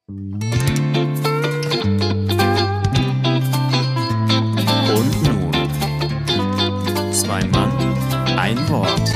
Und nun, zwei Mann, ein Wort.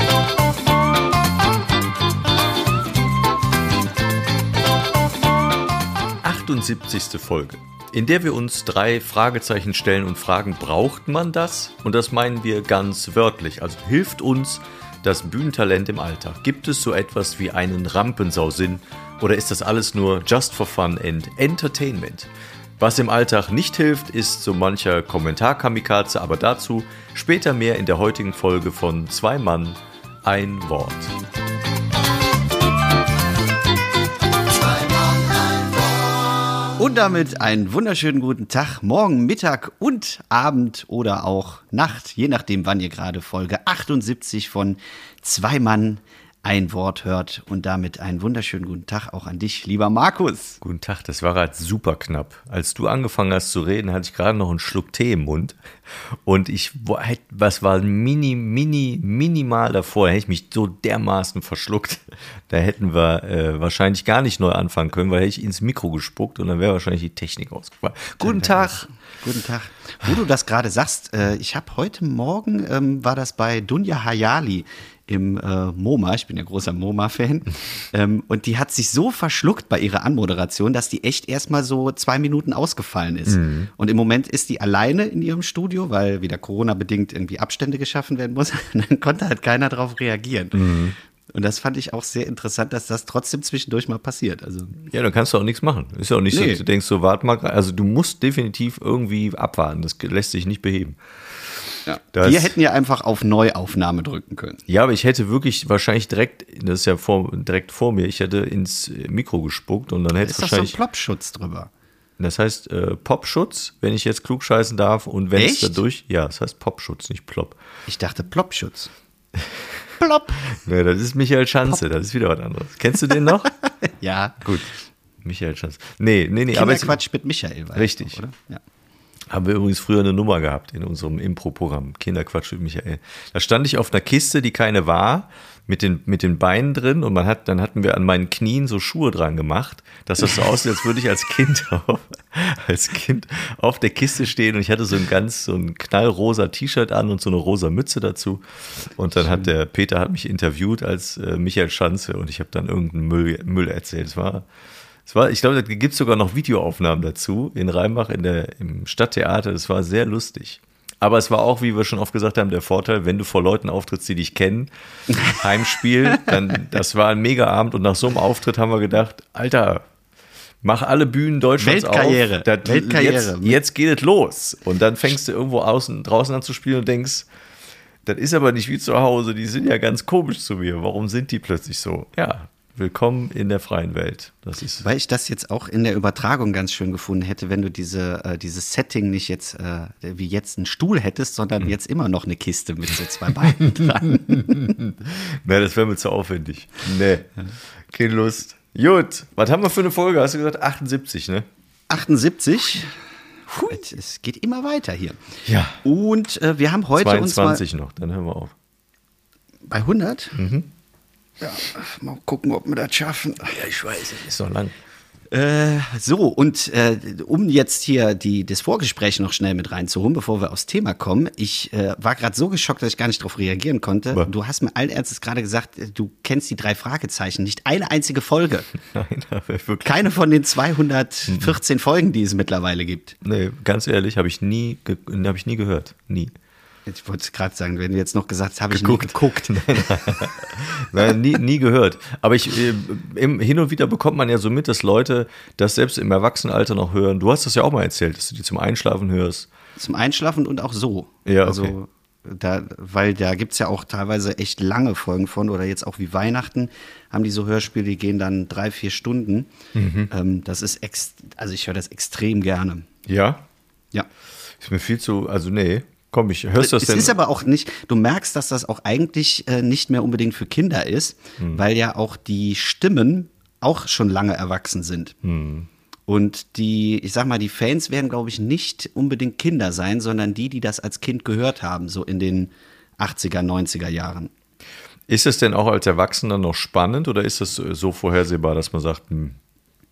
»78. Folge, in der wir uns 3 Fragezeichen stellen und fragen, braucht man das? Und das meinen wir ganz wörtlich, also hilft uns das Bühnentalent im Alltag? Gibt es so etwas wie einen Rampensausinn oder ist das alles nur just for fun and entertainment? Was im Alltag nicht hilft, ist so mancher Kommentar-Kamikaze, aber dazu später mehr in der heutigen Folge von Zwei Mann, ein Wort. Und damit einen wunderschönen guten Tag, morgen, Mittag und Abend oder auch Nacht, je nachdem, wann ihr gerade Folge 78 von Zwei Mann, ein Wort hört. Und damit einen wunderschönen guten Tag auch an dich, lieber Markus. Guten Tag, das war halt super knapp. Als du angefangen hast zu reden, hatte ich gerade noch einen Schluck Tee im Mund. Und was war minimal davor, da hätte ich mich so dermaßen verschluckt. Da hätten wir wahrscheinlich gar nicht neu anfangen können, weil hätte ich ins Mikro gespuckt und dann wäre wahrscheinlich die Technik ausgefallen. Guten Tag. Guten Tag. Wo du das gerade sagst, ich habe heute Morgen, war das bei Dunja Hayali im MoMA, ich bin ja großer MoMA-Fan, und die hat sich so verschluckt bei ihrer Anmoderation, dass die echt erstmal so 2 Minuten ausgefallen ist. Mhm. Und im Moment ist die alleine in ihrem Studio, weil wieder Corona-bedingt irgendwie Abstände geschaffen werden muss. Und dann konnte halt keiner darauf reagieren. Mhm. Und das fand ich auch sehr interessant, dass das trotzdem zwischendurch mal passiert. Also ja, dann kannst du auch nichts machen. Ist ja auch nicht so, dass du denkst, so warte mal, also du musst definitiv irgendwie abwarten. Das lässt sich nicht beheben. Ja. Wir hätten ja einfach auf Neuaufnahme drücken können. Ja, aber ich hätte wirklich wahrscheinlich direkt, das ist ja direkt vor mir, ich hätte ins Mikro gespuckt und dann hätte es wahrscheinlich... Ist doch so ein Plopschutz drüber. Das heißt Popschutz, wenn ich jetzt klug scheißen darf und wenn es dadurch... Ja, das heißt Popschutz, nicht Plop. Ich dachte Plopschutz. Plop. Nee, das ist Michael Schanze, das ist wieder was anderes. Kennst du den noch? Ja. Gut, Michael Schanze. Nee. Aber Quatsch mit Michael. Richtig. Oder? Ja. Haben wir übrigens früher eine Nummer gehabt in unserem Impro-Programm, Kinderquatsch mit Michael. Da stand ich auf einer Kiste, die keine war, mit den Beinen drin und dann hatten wir an meinen Knien so Schuhe dran gemacht, dass das so aussieht, als würde ich als Kind auf der Kiste stehen und ich hatte so ein knallrosa T-Shirt an und so eine rosa Mütze dazu und dann hat der Peter mich interviewt als Michael Schanze und ich habe dann irgendeinen Müll erzählt. Ich glaube, da gibt es sogar noch Videoaufnahmen dazu in Rheinbach im Stadttheater. Das war sehr lustig. Aber es war auch, wie wir schon oft gesagt haben, der Vorteil, wenn du vor Leuten auftrittst, die dich kennen, Heimspiel, dann das war ein Mega-Abend und nach so einem Auftritt haben wir gedacht, Alter, mach alle Bühnen Deutschlands Weltkarriere. auf. Weltkarriere. Jetzt geht es los. Und dann fängst du irgendwo draußen an zu spielen und denkst, das ist aber nicht wie zu Hause, die sind ja ganz komisch zu mir. Warum sind die plötzlich so? Ja. Willkommen in der freien Welt. Weil ich das jetzt auch in der Übertragung ganz schön gefunden hätte, wenn du dieses Setting nicht jetzt wie jetzt einen Stuhl hättest, sondern jetzt immer noch eine Kiste mit so 2 Beinen dran. Nee, das wäre mir zu aufwendig. Nee, keine Lust. Gut, was haben wir für eine Folge? Hast du gesagt 78, ne? 78. Es geht immer weiter hier. Ja. Und wir haben heute 22 noch, dann hören wir auf. Bei 100? Mhm. Ja, mal gucken, ob wir das schaffen. Ja, ich weiß, ist noch lang. Um jetzt hier das Vorgespräch noch schnell mit reinzuholen, bevor wir aufs Thema kommen. Ich war gerade so geschockt, dass ich gar nicht darauf reagieren konnte. Was? Du hast mir allen Ernstes gerade gesagt, du kennst die 3 Fragezeichen, nicht eine einzige Folge. Nein, aber wirklich. Keine von den 214 Folgen, die es mittlerweile gibt. Nee, ganz ehrlich, habe ich nie gehört. Nie. Ich wollte es gerade sagen, wenn du jetzt noch gesagt hast, habe ich nie geguckt. Nein, nie gehört. Aber hin und wieder bekommt man ja so mit, dass Leute das selbst im Erwachsenenalter noch hören. Du hast das ja auch mal erzählt, dass du die zum Einschlafen hörst. Zum Einschlafen und auch so. Ja, okay. Also, weil da gibt es ja auch teilweise echt lange Folgen von, oder jetzt auch wie Weihnachten, haben die so Hörspiele, die gehen dann 3-4 Stunden. Mhm. Das ist also ich höre das extrem gerne. Ja? Ja. Ist mir viel zu, also nee. Komm, hörst du das denn? Es ist aber auch nicht, du merkst, dass das auch eigentlich nicht mehr unbedingt für Kinder ist, weil ja auch die Stimmen auch schon lange erwachsen sind. Und ich sag mal, die Fans werden, glaube ich, nicht unbedingt Kinder sein, sondern die das als Kind gehört haben, so in den 80er, 90er Jahren. Ist es denn auch als Erwachsener noch spannend oder ist das so vorhersehbar, dass man sagt,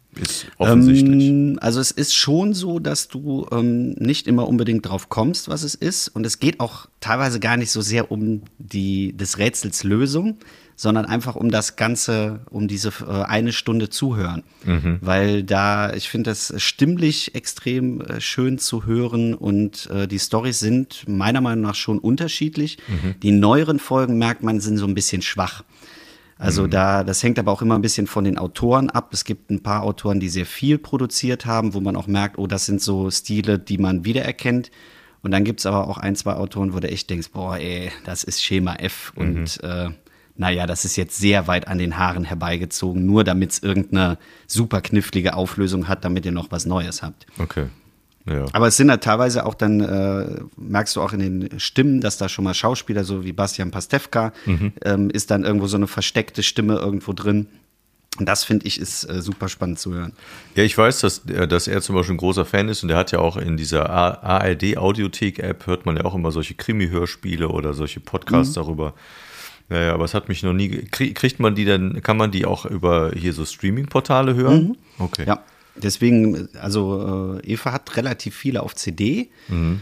Ist offensichtlich. Also es ist schon so, dass du nicht immer unbedingt drauf kommst, was es ist. Und es geht auch teilweise gar nicht so sehr um des Rätsels Lösung, sondern einfach um das Ganze, um diese eine Stunde Zuhören. Weil ich finde das stimmlich extrem schön zu hören und die Storys sind meiner Meinung nach schon unterschiedlich. Die neueren Folgen, merkt man, sind so ein bisschen schwach. Also das hängt aber auch immer ein bisschen von den Autoren ab. Es gibt ein paar Autoren, die sehr viel produziert haben, wo man auch merkt, oh, das sind so Stile, die man wiedererkennt. Und dann gibt es aber auch ein, zwei Autoren, wo du echt denkst, boah, ey, das ist Schema F. Und naja, das ist jetzt sehr weit an den Haaren herbeigezogen, nur damit es irgendeine super knifflige Auflösung hat, damit ihr noch was Neues habt. Okay. Ja. Aber es sind halt teilweise auch dann, merkst du auch in den Stimmen, dass da schon mal Schauspieler, so wie Bastian Pastewka, ist dann irgendwo so eine versteckte Stimme irgendwo drin. Und das, finde ich, ist super spannend zu hören. Ja, ich weiß, dass er zum Beispiel ein großer Fan ist und der hat ja auch in dieser ARD-Audiothek-App, hört man ja auch immer solche Krimi-Hörspiele oder solche Podcasts darüber. Naja, aber es hat mich noch nie, kriegt man die denn, kann man die auch über hier so Streaming-Portale hören? Okay. Ja. Deswegen, also Eva hat relativ viele auf CD,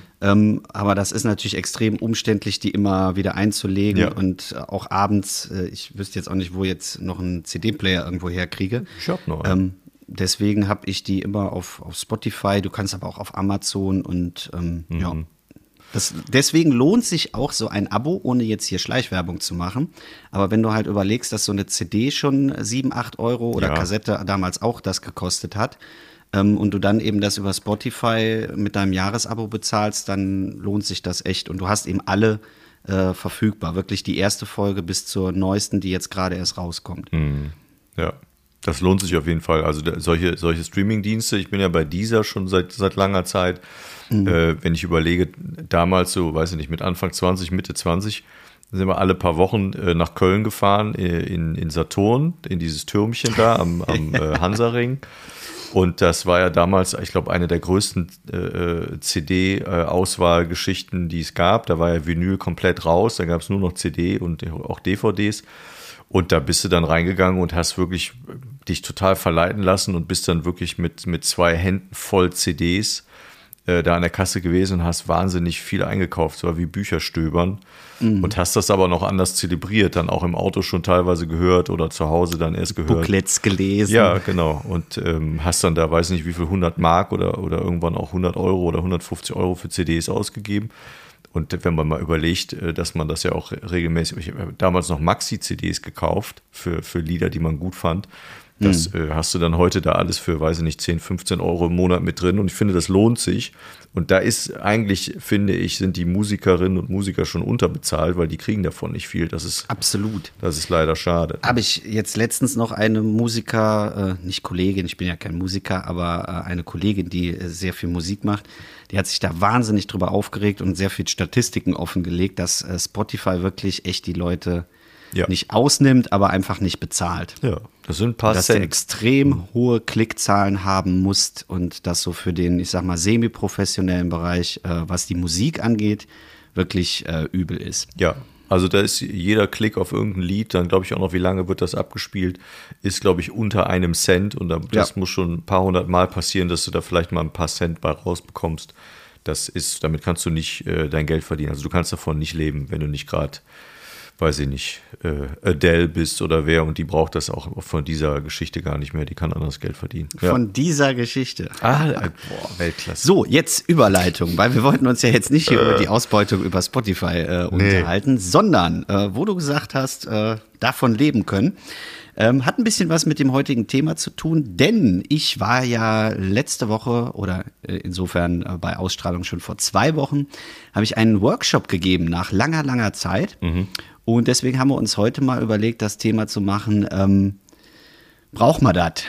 aber das ist natürlich extrem umständlich, die immer wieder einzulegen und auch abends, ich wüsste jetzt auch nicht, wo jetzt noch einen CD-Player irgendwo herkriege. Ich hab noch einen. Deswegen habe ich die immer auf Spotify, du kannst aber auch auf Amazon und ja. Deswegen lohnt sich auch so ein Abo, ohne jetzt hier Schleichwerbung zu machen. Aber wenn du halt überlegst, dass so eine CD schon 7, 8 Euro oder Kassette damals auch das gekostet hat und du dann eben das über Spotify mit deinem Jahresabo bezahlst, dann lohnt sich das echt. Und du hast eben alle verfügbar. Wirklich die erste Folge bis zur neuesten, die jetzt gerade erst rauskommt. Ja. Das lohnt sich auf jeden Fall. Also solche Streaming-Dienste, ich bin ja bei dieser schon seit langer Zeit. Wenn ich überlege, damals so, weiß ich nicht, mit Anfang 20, Mitte 20, sind wir alle paar Wochen nach Köln gefahren, in Saturn, in dieses Türmchen da am Hansaring. Und das war ja damals, ich glaube, eine der größten CD-Auswahlgeschichten, die es gab. Da war ja Vinyl komplett raus, da gab es nur noch CD und auch DVDs. Und da bist du dann reingegangen und hast wirklich dich total verleiten lassen und bist dann wirklich mit 2 Händen voll CDs da an der Kasse gewesen und hast wahnsinnig viel eingekauft. So wie Bücherstöbern. Und hast das aber noch anders zelebriert, dann auch im Auto schon teilweise gehört oder zu Hause dann erst gehört. Booklets gelesen. Ja, genau. Und hast dann da, weiß nicht wie viel, 100 Mark oder irgendwann auch 100 Euro oder 150 Euro für CDs ausgegeben. Und wenn man mal überlegt, dass man das ja auch regelmäßig, ich habe damals noch Maxi-CDs gekauft für Lieder, die man gut fand. Das hast du dann heute da alles für, weiß ich nicht, 10, 15 Euro im Monat mit drin. Und ich finde, das lohnt sich. Und da ist eigentlich, finde ich, sind die Musikerinnen und Musiker schon unterbezahlt, weil die kriegen davon nicht viel. Das ist absolut. Das ist leider schade. Habe ich jetzt letztens noch eine nicht Kollegin, ich bin ja kein Musiker, aber eine Kollegin, die sehr viel Musik macht, die hat sich da wahnsinnig drüber aufgeregt und sehr viel Statistiken offengelegt, dass Spotify wirklich echt die Leute nicht ausnimmt, aber einfach nicht bezahlt. Ja, das sind ein paar Dass Cent. du extrem hohe Klickzahlen haben musst und das so für den, ich sag mal, semi-professionellen Bereich, was die Musik angeht, wirklich übel ist. Ja, also da ist jeder Klick auf irgendein Lied, dann glaube ich auch noch, wie lange wird das abgespielt, ist, glaube ich, unter einem Cent und das muss schon ein paar hundert Mal passieren, dass du da vielleicht mal ein paar Cent bei rausbekommst. Damit kannst du nicht dein Geld verdienen. Also du kannst davon nicht leben, wenn du nicht gerade, weiß ich nicht, Adele bist oder wer, und die braucht das auch von dieser Geschichte gar nicht mehr, die kann anderes Geld verdienen. Von dieser Geschichte. Weltklasse. So, jetzt Überleitung, weil wir wollten uns ja jetzt nicht hier über die Ausbeutung über Spotify unterhalten, sondern, wo du gesagt hast, davon leben können. Hat ein bisschen was mit dem heutigen Thema zu tun, denn ich war ja letzte Woche oder insofern bei Ausstrahlung schon vor 2 Wochen, habe ich einen Workshop gegeben nach langer, langer Zeit. Und deswegen haben wir uns heute mal überlegt, das Thema zu machen, braucht man das?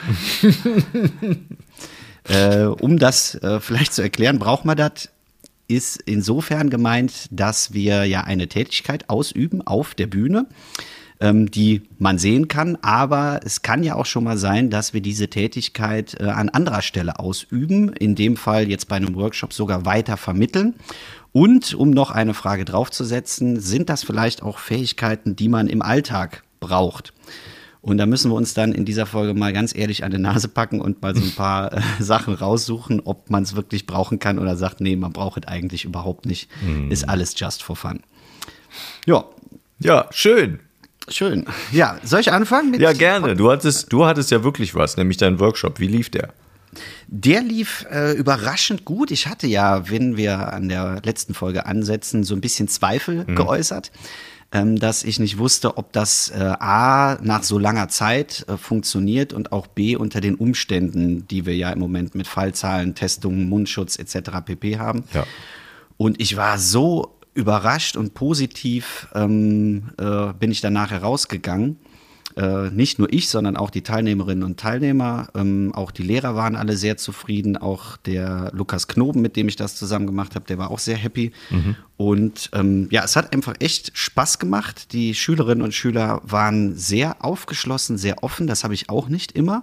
Um das vielleicht zu erklären, braucht man das? Ist insofern gemeint, dass wir ja eine Tätigkeit ausüben auf der Bühne, die man sehen kann, aber es kann ja auch schon mal sein, dass wir diese Tätigkeit an anderer Stelle ausüben, in dem Fall jetzt bei einem Workshop sogar weiter vermitteln. Und um noch eine Frage draufzusetzen, sind das vielleicht auch Fähigkeiten, die man im Alltag braucht? Und da müssen wir uns dann in dieser Folge mal ganz ehrlich an die Nase packen und mal so ein paar Sachen raussuchen, ob man es wirklich brauchen kann oder sagt, nee, man braucht es eigentlich überhaupt nicht. Ist alles just for fun. Ja. Ja, schön. Schön. Ja, soll ich anfangen? Ja, gerne. Du hattest ja wirklich was, nämlich deinen Workshop. Wie lief der? Der lief überraschend gut. Ich hatte ja, wenn wir an der letzten Folge ansetzen, so ein bisschen Zweifel geäußert, dass ich nicht wusste, ob das A, nach so langer Zeit funktioniert und auch B, unter den Umständen, die wir ja im Moment mit Fallzahlen, Testungen, Mundschutz etc. pp. Haben. Ja. Und ich war so überrascht und positiv bin ich danach herausgegangen. Nicht nur ich, sondern auch die Teilnehmerinnen und Teilnehmer. Auch die Lehrer waren alle sehr zufrieden. Auch der Lukas Knoben, mit dem ich das zusammen gemacht habe, der war auch sehr happy. Und ja, es hat einfach echt Spaß gemacht. Die Schülerinnen und Schüler waren sehr aufgeschlossen, sehr offen. Das habe ich auch nicht immer.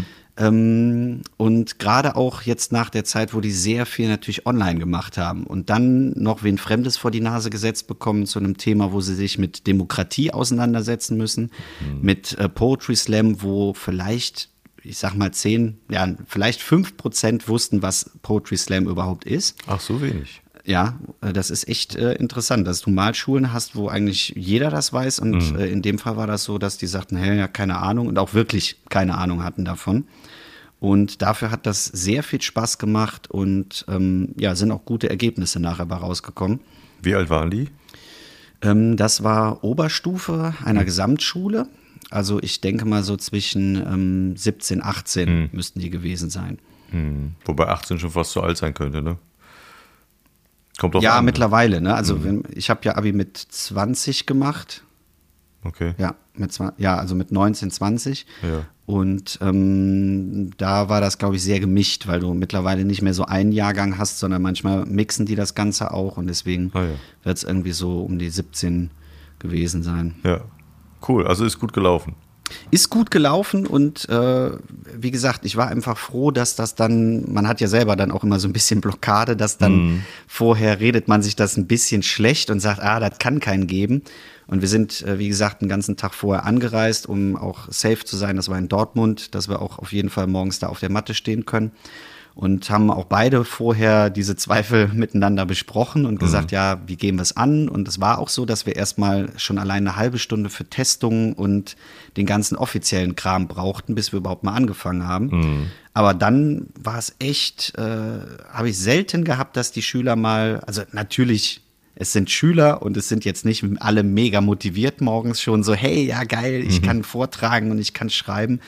Und gerade auch jetzt nach der Zeit, wo die sehr viel natürlich online gemacht haben und dann noch wen Fremdes vor die Nase gesetzt bekommen zu einem Thema, wo sie sich mit Demokratie auseinandersetzen müssen, mit Poetry Slam, wo vielleicht, ich sag mal vielleicht 5% wussten, was Poetry Slam überhaupt ist. Ach, so wenig. Ja, das ist echt interessant, dass du Malschulen hast, wo eigentlich jeder das weiß und in dem Fall war das so, dass die sagten, hey, ja, keine Ahnung und auch wirklich keine Ahnung hatten davon. Und dafür hat das sehr viel Spaß gemacht und ja, sind auch gute Ergebnisse nachher bei rausgekommen. Wie alt waren die? Das war Oberstufe einer Gesamtschule. Also ich denke mal so zwischen 17, 18 müssten die gewesen sein. Wobei 18 schon fast so alt sein könnte, ne? Kommt drauf ja, an. Mittlerweile, ne? Also ich habe ja Abi mit 20 gemacht. Okay. Ja, also mit 19, 20. Ja. Und da war das, glaube ich, sehr gemischt, weil du mittlerweile nicht mehr so einen Jahrgang hast, sondern manchmal mixen die das Ganze auch und deswegen wird es irgendwie so um die 17 gewesen sein. Ja, cool. Also ist gut gelaufen. Ist gut gelaufen und wie gesagt, ich war einfach froh, dass das dann, man hat ja selber dann auch immer so ein bisschen Blockade, dass dann vorher redet man sich das ein bisschen schlecht und sagt, das kann keinen geben. Und wir sind, wie gesagt, den ganzen Tag vorher angereist, um auch safe zu sein. Das war in Dortmund, dass wir auch auf jeden Fall morgens da auf der Matte stehen können. Und haben auch beide vorher diese Zweifel miteinander besprochen und gesagt, ja, wie gehen wir es an? Und es war auch so, dass wir erstmal schon allein eine halbe Stunde für Testungen und den ganzen offiziellen Kram brauchten, bis wir überhaupt mal angefangen haben. Aber dann war es echt, habe ich selten gehabt, dass die Schüler mal, also natürlich, es sind Schüler und es sind jetzt nicht alle mega motiviert morgens schon so, hey, ja geil, ich kann vortragen und ich kann schreiben.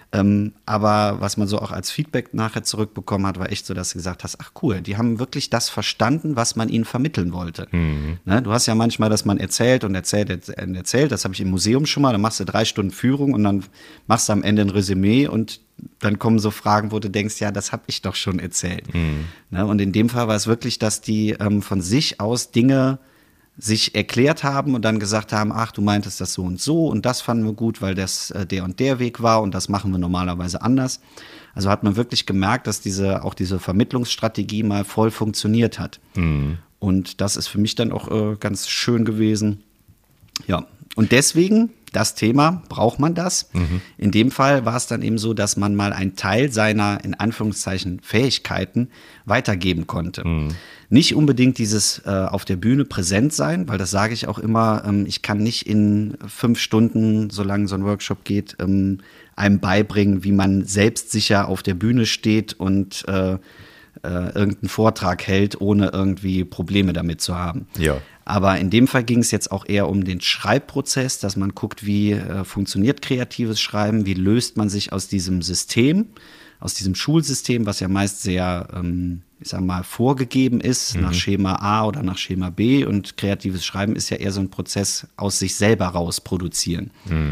Aber was man so auch als Feedback nachher zurückbekommen hat, war echt so, dass du gesagt hast, ach cool, die haben wirklich das verstanden, was man ihnen vermitteln wollte. Ne, du hast ja manchmal, dass man erzählt und erzählt, das habe ich im Museum schon mal, dann machst du 3 Stunden Führung und dann machst du am Ende ein Resümee und dann kommen so Fragen, wo du denkst, ja, das habe ich doch schon erzählt. Ne, und in dem Fall war es wirklich, dass die von sich aus Dinge sich erklärt haben und dann gesagt haben, ach, du meintest das so und das fanden wir gut, weil das der und der Weg war und das machen wir normalerweise anders. Also hat man wirklich gemerkt, dass diese Vermittlungsstrategie mal voll funktioniert hat. Und das ist für mich dann auch ganz schön gewesen. Ja, und deswegen, das Thema, braucht man das? In dem Fall war es dann eben so, dass man mal einen Teil seiner, in Anführungszeichen, Fähigkeiten weitergeben konnte. Nicht unbedingt dieses auf der Bühne präsent sein, weil das sage ich auch immer, ich kann nicht in 5 Stunden, solange so ein Workshop geht, einem beibringen, wie man selbstsicher auf der Bühne steht und irgendeinen Vortrag hält, ohne irgendwie Probleme damit zu haben. Ja. Aber in dem Fall ging es jetzt auch eher um den Schreibprozess, dass man guckt, wie funktioniert kreatives Schreiben, wie löst man sich aus diesem System, aus diesem Schulsystem, was ja meist sehr, ich sag mal, vorgegeben ist, nach Schema A oder nach Schema B. Und kreatives Schreiben ist ja eher so ein Prozess aus sich selber raus produzieren.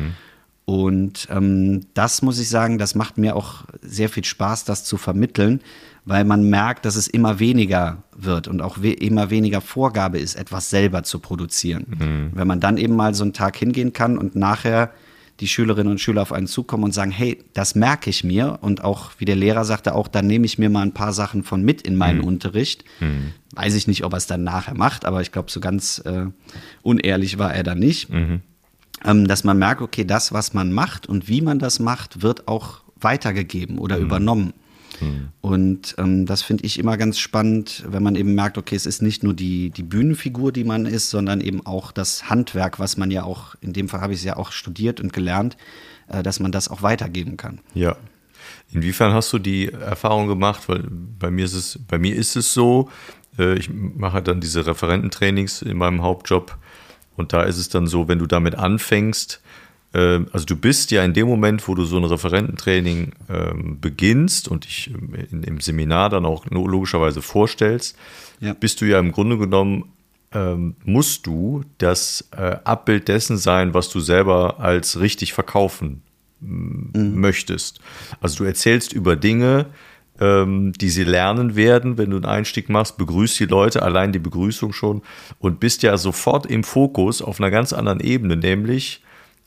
Und das muss ich sagen, das macht mir auch sehr viel Spaß, das zu vermitteln, weil man merkt, dass es immer weniger wird und auch immer weniger Vorgabe ist, etwas selber zu produzieren. Wenn man dann eben mal so einen Tag hingehen kann und nachher die Schülerinnen und Schüler auf einen zukommen und sagen, hey, das merke ich mir und auch, wie der Lehrer sagte, auch dann nehme ich mir mal ein paar Sachen von mit in meinen Unterricht. Weiß ich nicht, ob er es dann nachher macht, aber ich glaube, so ganz unehrlich war er dann nicht. dass man merkt, okay, das, was man macht und wie man das macht, wird auch weitergegeben oder übernommen. Und das finde ich immer ganz spannend, wenn man eben merkt, okay, es ist nicht nur die Bühnenfigur, die man ist, sondern eben auch das Handwerk, was man ja auch, in dem Fall habe ich es ja auch studiert und gelernt, dass man das auch weitergeben kann. Ja. Inwiefern hast du die Erfahrung gemacht? Weil bei mir ist es so, ich mache dann diese Referententrainings in meinem Hauptjob und da ist es dann so, wenn du damit anfängst, also du bist ja in dem Moment, wo du so ein Referententraining beginnst und dich im Seminar dann auch logischerweise vorstellst, bist du ja im Grunde genommen, musst du das Abbild dessen sein, was du selber als richtig verkaufen möchtest. Also du erzählst über Dinge, die sie lernen werden, wenn du einen Einstieg machst, begrüßt die Leute, allein die Begrüßung schon und bist ja sofort im Fokus auf einer ganz anderen Ebene, nämlich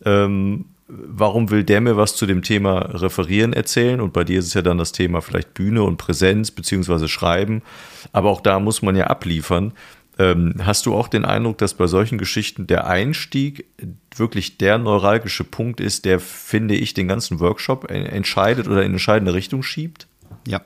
warum will der mir was zu dem Thema Referieren erzählen? Und bei dir ist es ja dann das Thema vielleicht Bühne und Präsenz beziehungsweise Schreiben. Aber auch da muss man ja abliefern. Hast du auch den Eindruck, dass bei solchen Geschichten der Einstieg wirklich der neuralgische Punkt ist, der, finde ich, den ganzen Workshop entscheidet oder in entscheidende Richtung schiebt? Ja,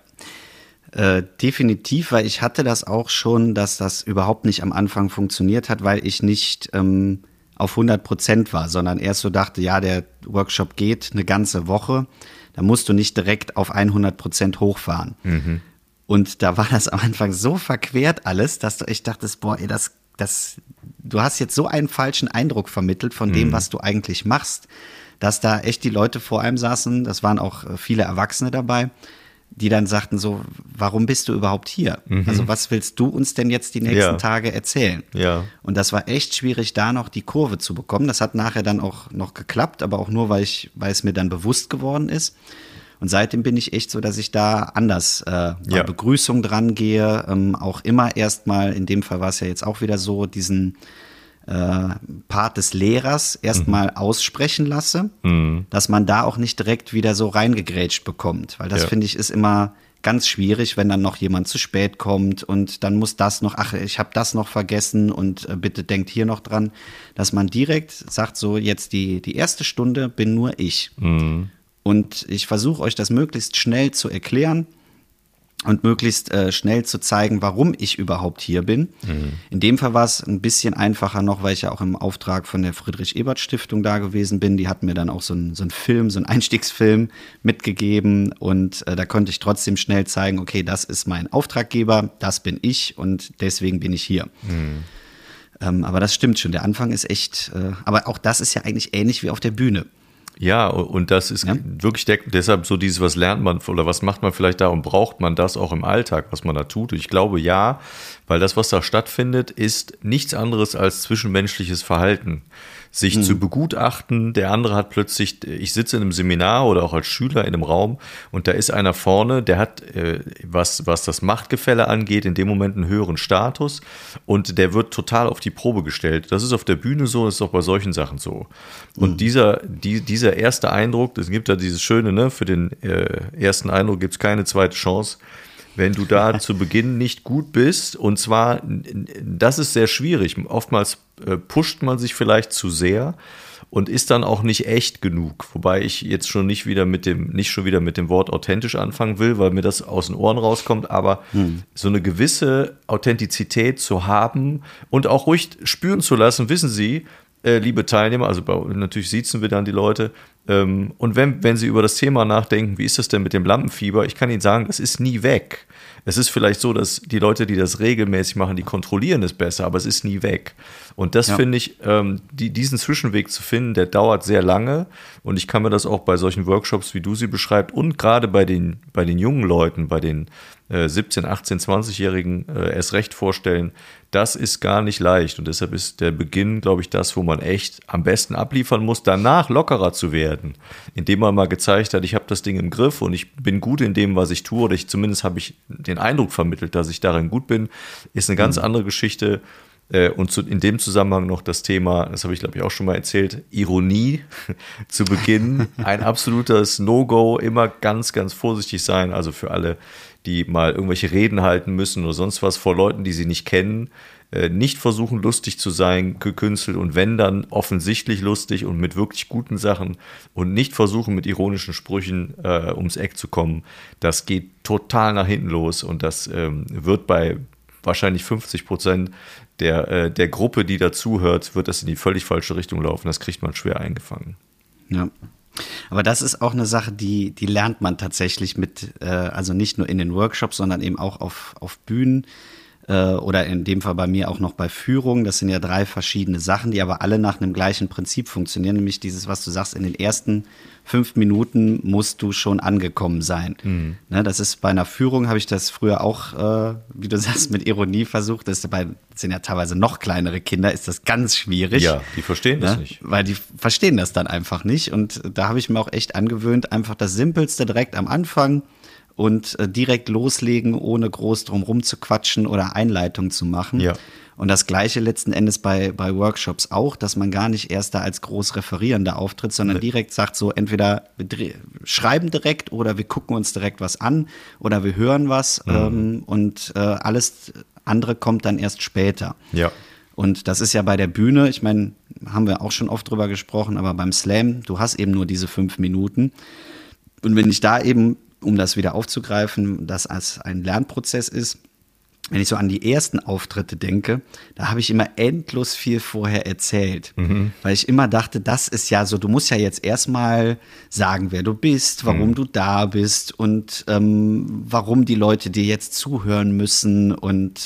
definitiv, weil ich hatte das auch schon, dass das überhaupt nicht am Anfang funktioniert hat, weil ich nicht auf 100% war, sondern erst so dachte, ja, der Workshop geht eine ganze Woche, da musst du nicht direkt auf 100% hochfahren. Und da war das am Anfang so verquert alles, dass du echt dachtest, boah, ey, du hast jetzt so einen falschen Eindruck vermittelt von dem, was du eigentlich machst, dass da echt die Leute vor einem saßen, das waren auch viele Erwachsene dabei, die dann sagten so, warum bist du überhaupt hier? Also was willst du uns denn jetzt die nächsten Tage erzählen? Ja. Und das war echt schwierig, da noch die Kurve zu bekommen. Das hat nachher dann auch noch geklappt, aber auch nur, weil es mir dann bewusst geworden ist. Und seitdem bin ich echt so, dass ich da anders bei Begrüßung dran gehe, auch immer erstmal, in dem Fall war es ja jetzt auch wieder so, diesen Part des Lehrers erstmal aussprechen lasse, dass man da auch nicht direkt wieder so reingegrätscht bekommt. Weil das, finde ich, ist immer ganz schwierig, wenn dann noch jemand zu spät kommt und dann muss das noch, ach, ich habe das noch vergessen und bitte denkt hier noch dran, dass man direkt sagt, so jetzt die erste Stunde bin nur ich. Und ich versuche euch das möglichst schnell zu erklären und möglichst schnell zu zeigen, warum ich überhaupt hier bin. In dem Fall war es ein bisschen einfacher noch, weil ich ja auch im Auftrag von der Friedrich-Ebert-Stiftung da gewesen bin. Die hatten mir dann auch so einen Film, so einen Einstiegsfilm mitgegeben und da konnte ich trotzdem schnell zeigen, okay, das ist mein Auftraggeber, das bin ich und deswegen bin ich hier. Aber das stimmt schon, der Anfang ist echt, aber auch das ist ja eigentlich ähnlich wie auf der Bühne. Ja, und das ist wirklich deshalb so dieses, was lernt man oder was macht man vielleicht da und braucht man das auch im Alltag, was man da tut? Und ich glaube ja, weil das, was da stattfindet, ist nichts anderes als zwischenmenschliches Verhalten. Sich zu begutachten, der andere hat plötzlich, ich sitze in einem Seminar oder auch als Schüler in einem Raum und da ist einer vorne, der hat, was das Machtgefälle angeht, in dem Moment einen höheren Status und der wird total auf die Probe gestellt. Das ist auf der Bühne so, das ist auch bei solchen Sachen so. Und dieser erste Eindruck, es gibt da dieses Schöne, ne, für den ersten Eindruck gibt es keine zweite Chance. Wenn du da zu Beginn nicht gut bist, und zwar, das ist sehr schwierig, oftmals pusht man sich vielleicht zu sehr und ist dann auch nicht echt genug, wobei ich jetzt schon nicht schon wieder mit dem Wort authentisch anfangen will, weil mir das aus den Ohren rauskommt, aber so eine gewisse Authentizität zu haben und auch ruhig spüren zu lassen, wissen Sie, liebe Teilnehmer, also natürlich siezen wir dann die Leute, und wenn Sie über das Thema nachdenken, wie ist das denn mit dem Lampenfieber, ich kann Ihnen sagen, das ist nie weg. Es ist vielleicht so, dass die Leute, die das regelmäßig machen, die kontrollieren es besser, aber es ist nie weg. Und das finde ich, diesen Zwischenweg zu finden, der dauert sehr lange und ich kann mir das auch bei solchen Workshops, wie du sie beschreibst und gerade bei den jungen Leuten, bei den 17-, 18-, 20-Jährigen erst recht vorstellen, das ist gar nicht leicht und deshalb ist der Beginn, glaube ich, das, wo man echt am besten abliefern muss, danach lockerer zu werden, indem man mal gezeigt hat, ich habe das Ding im Griff und ich bin gut in dem, was ich tue oder zumindest habe ich den Eindruck vermittelt, dass ich darin gut bin, ist eine ganz andere Geschichte, Und in dem Zusammenhang noch das Thema, das habe ich glaube ich auch schon mal erzählt, Ironie zu Beginn. Ein absolutes No-Go, immer ganz, ganz vorsichtig sein. Also für alle, die mal irgendwelche Reden halten müssen oder sonst was vor Leuten, die sie nicht kennen. Nicht versuchen, lustig zu sein, gekünstelt und wenn dann offensichtlich lustig und mit wirklich guten Sachen und nicht versuchen, mit ironischen Sprüchen ums Eck zu kommen. Das geht total nach hinten los und das wird bei wahrscheinlich 50% der Gruppe, die dazuhört, wird das in die völlig falsche Richtung laufen. Das kriegt man schwer eingefangen. Ja. Aber das ist auch eine Sache, die lernt man tatsächlich also nicht nur in den Workshops, sondern eben auch auf Bühnen. Oder in dem Fall bei mir auch noch bei Führung. Das sind ja 3 verschiedene Sachen, die aber alle nach einem gleichen Prinzip funktionieren, nämlich dieses, was du sagst, in den ersten 5 Minuten musst du schon angekommen sein. Mhm. Ne, das ist bei einer Führung, habe ich das früher auch, wie du sagst, mit Ironie versucht. Das sind ja teilweise noch kleinere Kinder, ist das ganz schwierig. Ja, die verstehen das nicht. Weil die verstehen das dann einfach nicht. Und da habe ich mir auch echt angewöhnt, einfach das Simpelste direkt am Anfang und direkt loslegen, ohne groß drum rum zu quatschen oder Einleitung zu machen. Ja. Und das Gleiche letzten Endes bei Workshops auch, dass man gar nicht erst da als groß Referierender auftritt, sondern direkt sagt so, entweder wir schreiben direkt oder wir gucken uns direkt was an oder wir hören was und alles andere kommt dann erst später. Ja. Und das ist ja bei der Bühne, ich meine, haben wir auch schon oft drüber gesprochen, aber beim Slam, du hast eben nur diese 5 Minuten. Und wenn ich da eben, um das wieder aufzugreifen, das als ein Lernprozess ist, wenn ich so an die ersten Auftritte denke, da habe ich immer endlos viel vorher erzählt, weil ich immer dachte, das ist ja so, du musst ja jetzt erstmal sagen, wer du bist, warum du da bist und warum die Leute dir jetzt zuhören müssen und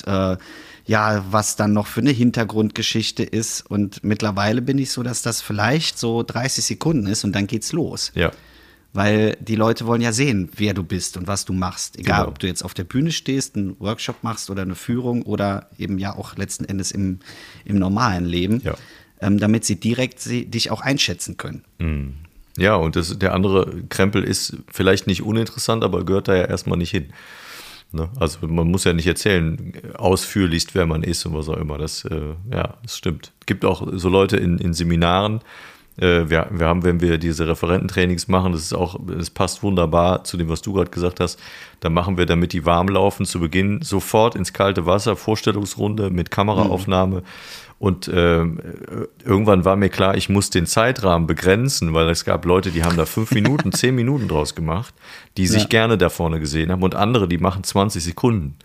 was dann noch für eine Hintergrundgeschichte ist. Und mittlerweile bin ich so, dass das vielleicht so 30 Sekunden ist und dann geht's los. Ja. Weil die Leute wollen ja sehen, wer du bist und was du machst. Egal, ob du jetzt auf der Bühne stehst, einen Workshop machst oder eine Führung oder eben ja auch letzten Endes im normalen Leben, damit sie direkt dich auch einschätzen können. Mhm. Ja, und der andere Krempel ist vielleicht nicht uninteressant, aber gehört da ja erstmal nicht hin. Ne? Also man muss ja nicht erzählen, ausführlichst, wer man ist und was auch immer. Das stimmt. Es gibt auch so Leute in Seminaren, wir haben, wenn wir diese Referententrainings machen, das passt wunderbar zu dem, was du gerade gesagt hast, da machen wir, damit die warm laufen, zu Beginn sofort ins kalte Wasser, Vorstellungsrunde mit Kameraaufnahme und irgendwann war mir klar, ich muss den Zeitrahmen begrenzen, weil es gab Leute, die haben da 5 Minuten, 10 Minuten draus gemacht, die sich gerne da vorne gesehen haben und andere, die machen 20 Sekunden.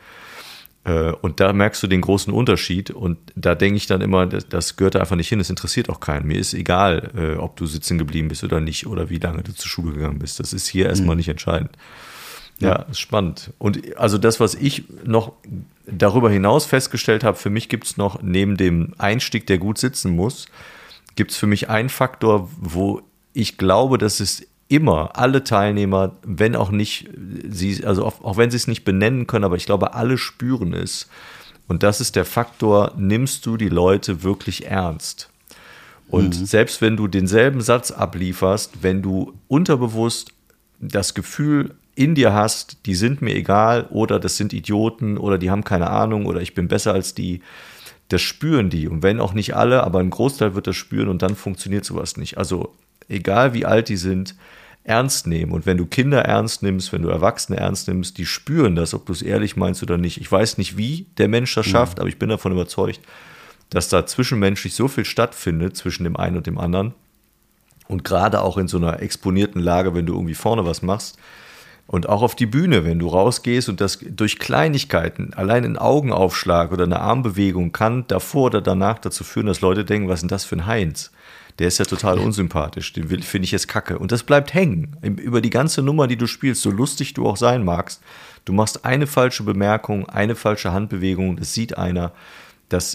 Und da merkst du den großen Unterschied und da denke ich dann immer, das gehört da einfach nicht hin, das interessiert auch keinen. Mir ist egal, ob du sitzen geblieben bist oder nicht oder wie lange du zur Schule gegangen bist. Das ist hier erstmal nicht entscheidend. Ja, ist spannend. Und also das, was ich noch darüber hinaus festgestellt habe, für mich gibt es noch neben dem Einstieg, der gut sitzen muss, gibt es für mich einen Faktor, wo ich glaube, dass es immer alle Teilnehmer, wenn auch nicht, auch wenn sie es nicht benennen können, aber ich glaube, alle spüren es. Und das ist der Faktor, nimmst du die Leute wirklich ernst? Und selbst wenn du denselben Satz ablieferst, wenn du unterbewusst das Gefühl in dir hast, die sind mir egal oder das sind Idioten oder die haben keine Ahnung oder ich bin besser als die, das spüren die. Und wenn auch nicht alle, aber ein Großteil wird das spüren und dann funktioniert sowas nicht. Also egal wie alt die sind, ernst nehmen. Und wenn du Kinder ernst nimmst, wenn du Erwachsene ernst nimmst, die spüren das, ob du es ehrlich meinst oder nicht. Ich weiß nicht, wie der Mensch das schafft, aber ich bin davon überzeugt, dass da zwischenmenschlich so viel stattfindet zwischen dem einen und dem anderen. Und gerade auch in so einer exponierten Lage, wenn du irgendwie vorne was machst. Und auch auf die Bühne, wenn du rausgehst und das durch Kleinigkeiten, allein ein Augenaufschlag oder eine Armbewegung kann davor oder danach dazu führen, dass Leute denken, was ist denn das für ein Heinz? Der ist ja total unsympathisch, den finde ich jetzt kacke. Und das bleibt hängen. Über die ganze Nummer, die du spielst, so lustig du auch sein magst, du machst eine falsche Bemerkung, eine falsche Handbewegung, das sieht einer, das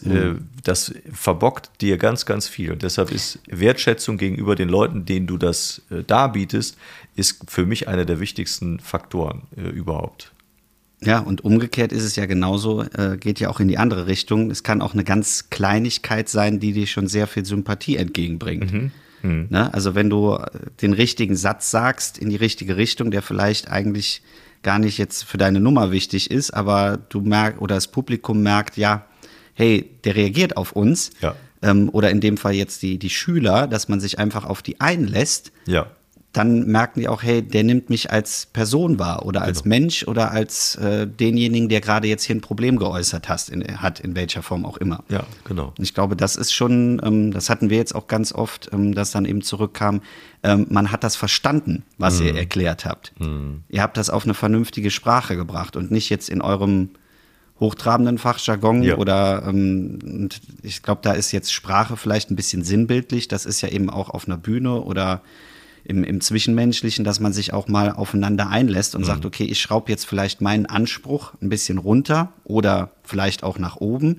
verbockt dir ganz, ganz viel. Und deshalb ist Wertschätzung gegenüber den Leuten, denen du das darbietest, ist für mich einer der wichtigsten Faktoren überhaupt. Ja, und umgekehrt ist es ja genauso, geht ja auch in die andere Richtung. Es kann auch eine ganz Kleinigkeit sein, die dir schon sehr viel Sympathie entgegenbringt. Ne? Also wenn du den richtigen Satz sagst in die richtige Richtung, der vielleicht eigentlich gar nicht jetzt für deine Nummer wichtig ist, aber du merkst oder das Publikum merkt, ja, hey, der reagiert auf uns. Ja. Oder in dem Fall jetzt die Schüler, dass man sich einfach auf die einlässt. Ja. Dann merken die auch, hey, der nimmt mich als Person wahr oder als Mensch oder als denjenigen, der gerade jetzt hier ein Problem geäußert hat, in welcher Form auch immer. Ja, genau. Und ich glaube, das ist schon, das hatten wir jetzt auch ganz oft, dass dann eben zurückkam, man hat das verstanden, was ihr erklärt habt. Ihr habt das auf eine vernünftige Sprache gebracht und nicht jetzt in eurem hochtrabenden Fachjargon oder und ich glaube, da ist jetzt Sprache vielleicht ein bisschen sinnbildlich. Das ist ja eben auch auf einer Bühne oder im Zwischenmenschlichen, dass man sich auch mal aufeinander einlässt und sagt, okay, ich schraube jetzt vielleicht meinen Anspruch ein bisschen runter oder vielleicht auch nach oben,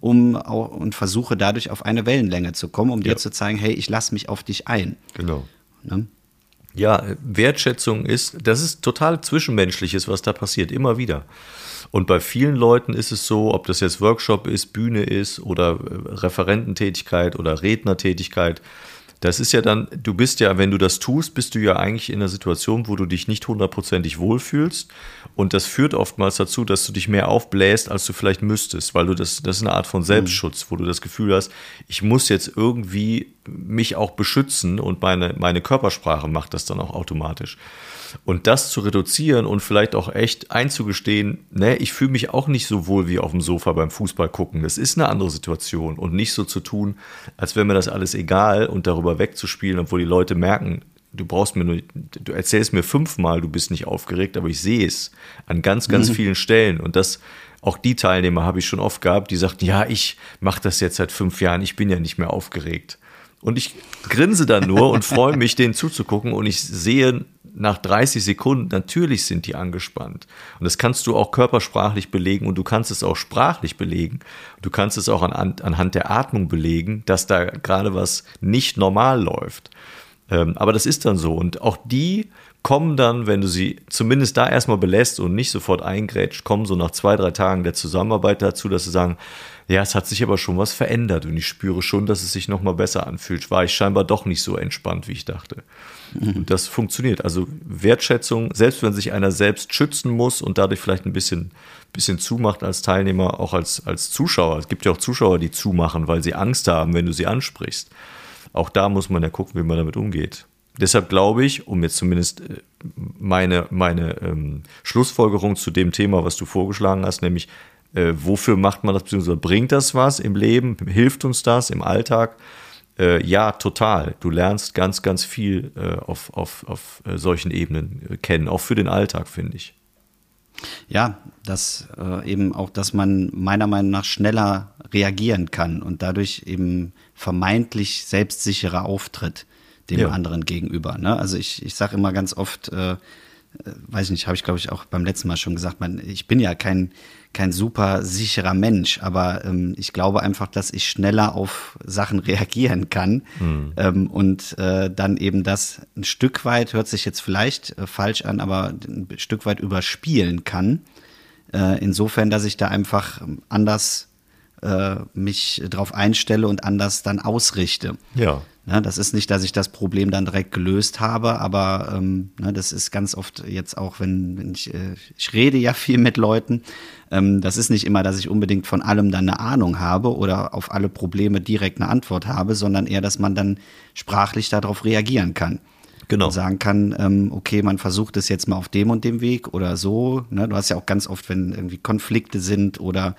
und versuche dadurch auf eine Wellenlänge zu kommen, um dir zu zeigen, hey, ich lasse mich auf dich ein. Genau. Ne? Ja, Wertschätzung das ist total Zwischenmenschliches, was da passiert, immer wieder. Und bei vielen Leuten ist es so, ob das jetzt Workshop ist, Bühne ist oder Referententätigkeit oder Rednertätigkeit, das ist ja dann, du bist ja, wenn du das tust, bist du ja eigentlich in einer Situation, wo du dich nicht 100%ig wohlfühlst. Und das führt oftmals dazu, dass du dich mehr aufbläst, als du vielleicht müsstest, weil das ist eine Art von Selbstschutz, wo du das Gefühl hast, ich muss jetzt irgendwie mich auch beschützen und meine Körpersprache macht das dann auch automatisch. Und das zu reduzieren und vielleicht auch echt einzugestehen, ne, ich fühle mich auch nicht so wohl wie auf dem Sofa beim Fußball gucken. Das ist eine andere Situation und nicht so zu tun, als wäre mir das alles egal und darüber wegzuspielen, obwohl die Leute merken, du erzählst mir 5-mal, du bist nicht aufgeregt, aber ich sehe es an ganz, ganz vielen Stellen. Und auch die Teilnehmer habe ich schon oft gehabt, die sagten, ja, ich mache das jetzt seit 5 Jahren, ich bin ja nicht mehr aufgeregt. Und ich grinse dann nur und freue mich, denen zuzugucken und ich sehe nach 30 Sekunden, natürlich sind die angespannt. Und das kannst du auch körpersprachlich belegen und du kannst es auch sprachlich belegen. Du kannst es auch anhand der Atmung belegen, dass da gerade was nicht normal läuft. Aber das ist dann so. Und auch die kommen dann, wenn du sie zumindest da erstmal belässt und nicht sofort eingrätscht, kommen so nach 2-3 Tagen der Zusammenarbeit dazu, dass sie sagen, ja, es hat sich aber schon was verändert und ich spüre schon, dass es sich nochmal besser anfühlt. War ich scheinbar doch nicht so entspannt, wie ich dachte. Und das funktioniert. Also Wertschätzung, selbst wenn sich einer selbst schützen muss und dadurch vielleicht ein bisschen zumacht als Teilnehmer, auch als Zuschauer. Es gibt ja auch Zuschauer, die zumachen, weil sie Angst haben, wenn du sie ansprichst. Auch da muss man ja gucken, wie man damit umgeht. Deshalb glaube ich, um jetzt zumindest meine Schlussfolgerung zu dem Thema, was du vorgeschlagen hast, nämlich wofür macht man das, beziehungsweise bringt das was im Leben, hilft uns das im Alltag? Ja, total. Du lernst ganz, ganz viel auf solchen Ebenen kennen, auch für den Alltag, finde ich. Ja, dass eben auch, dass man meiner Meinung nach schneller reagieren kann und dadurch eben vermeintlich selbstsicherer auftritt dem anderen gegenüber. Ne? Also ich sage immer ganz oft, weiß nicht, habe ich glaube ich auch beim letzten Mal schon gesagt, ich bin ja kein super sicherer Mensch, aber ich glaube einfach, dass ich schneller auf Sachen reagieren kann und dann eben das ein Stück weit, hört sich jetzt vielleicht falsch an, aber ein Stück weit überspielen kann. Insofern, dass ich da einfach anders mich drauf einstelle und anders dann ausrichte. Ja. Ja, das ist nicht, dass ich das Problem dann direkt gelöst habe, aber das ist ganz oft jetzt auch, wenn ich rede ja viel mit Leuten, das ist nicht immer, dass ich unbedingt von allem dann eine Ahnung habe oder auf alle Probleme direkt eine Antwort habe, sondern eher, dass man dann sprachlich darauf reagieren kann. Genau. Und sagen kann, okay, man versucht es jetzt mal auf dem und dem Weg oder so. Ne? Du hast ja auch ganz oft, wenn irgendwie Konflikte sind oder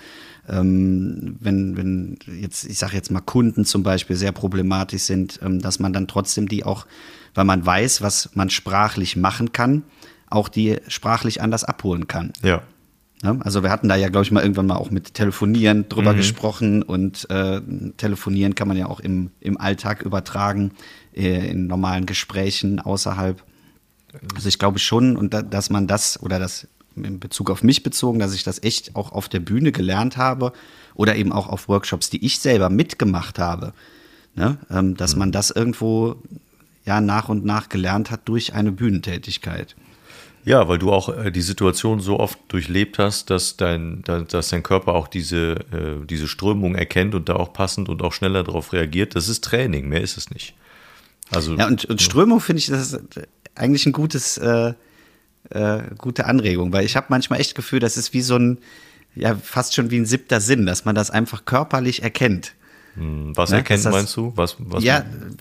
wenn jetzt, ich sage jetzt mal Kunden zum Beispiel sehr problematisch sind, dass man dann trotzdem die auch, weil man weiß, was man sprachlich machen kann, auch die sprachlich anders abholen kann. Ja. Ja, also wir hatten da ja, glaube ich, mal irgendwann mal auch mit Telefonieren drüber gesprochen und Telefonieren kann man ja auch im Alltag übertragen, in normalen Gesprächen außerhalb. Also ich glaube schon, und dass man das oder das in Bezug auf mich bezogen, dass ich das echt auch auf der Bühne gelernt habe oder eben auch auf Workshops, die ich selber mitgemacht habe, ne? Dass man das irgendwo ja nach und nach gelernt hat durch eine Bühnentätigkeit. Ja, weil du auch die Situation so oft durchlebt hast, dass dein Körper auch diese Strömung erkennt und da auch passend und auch schneller darauf reagiert. Das ist Training, mehr ist es nicht. Also, ja, und Strömung finde ich, das ist eigentlich ein gute Anregung, weil ich habe manchmal echt das Gefühl, das ist wie so ein ja fast schon wie ein 7. Sinn, dass man das einfach körperlich erkennt. Was erkennt, meinst du? Was ja,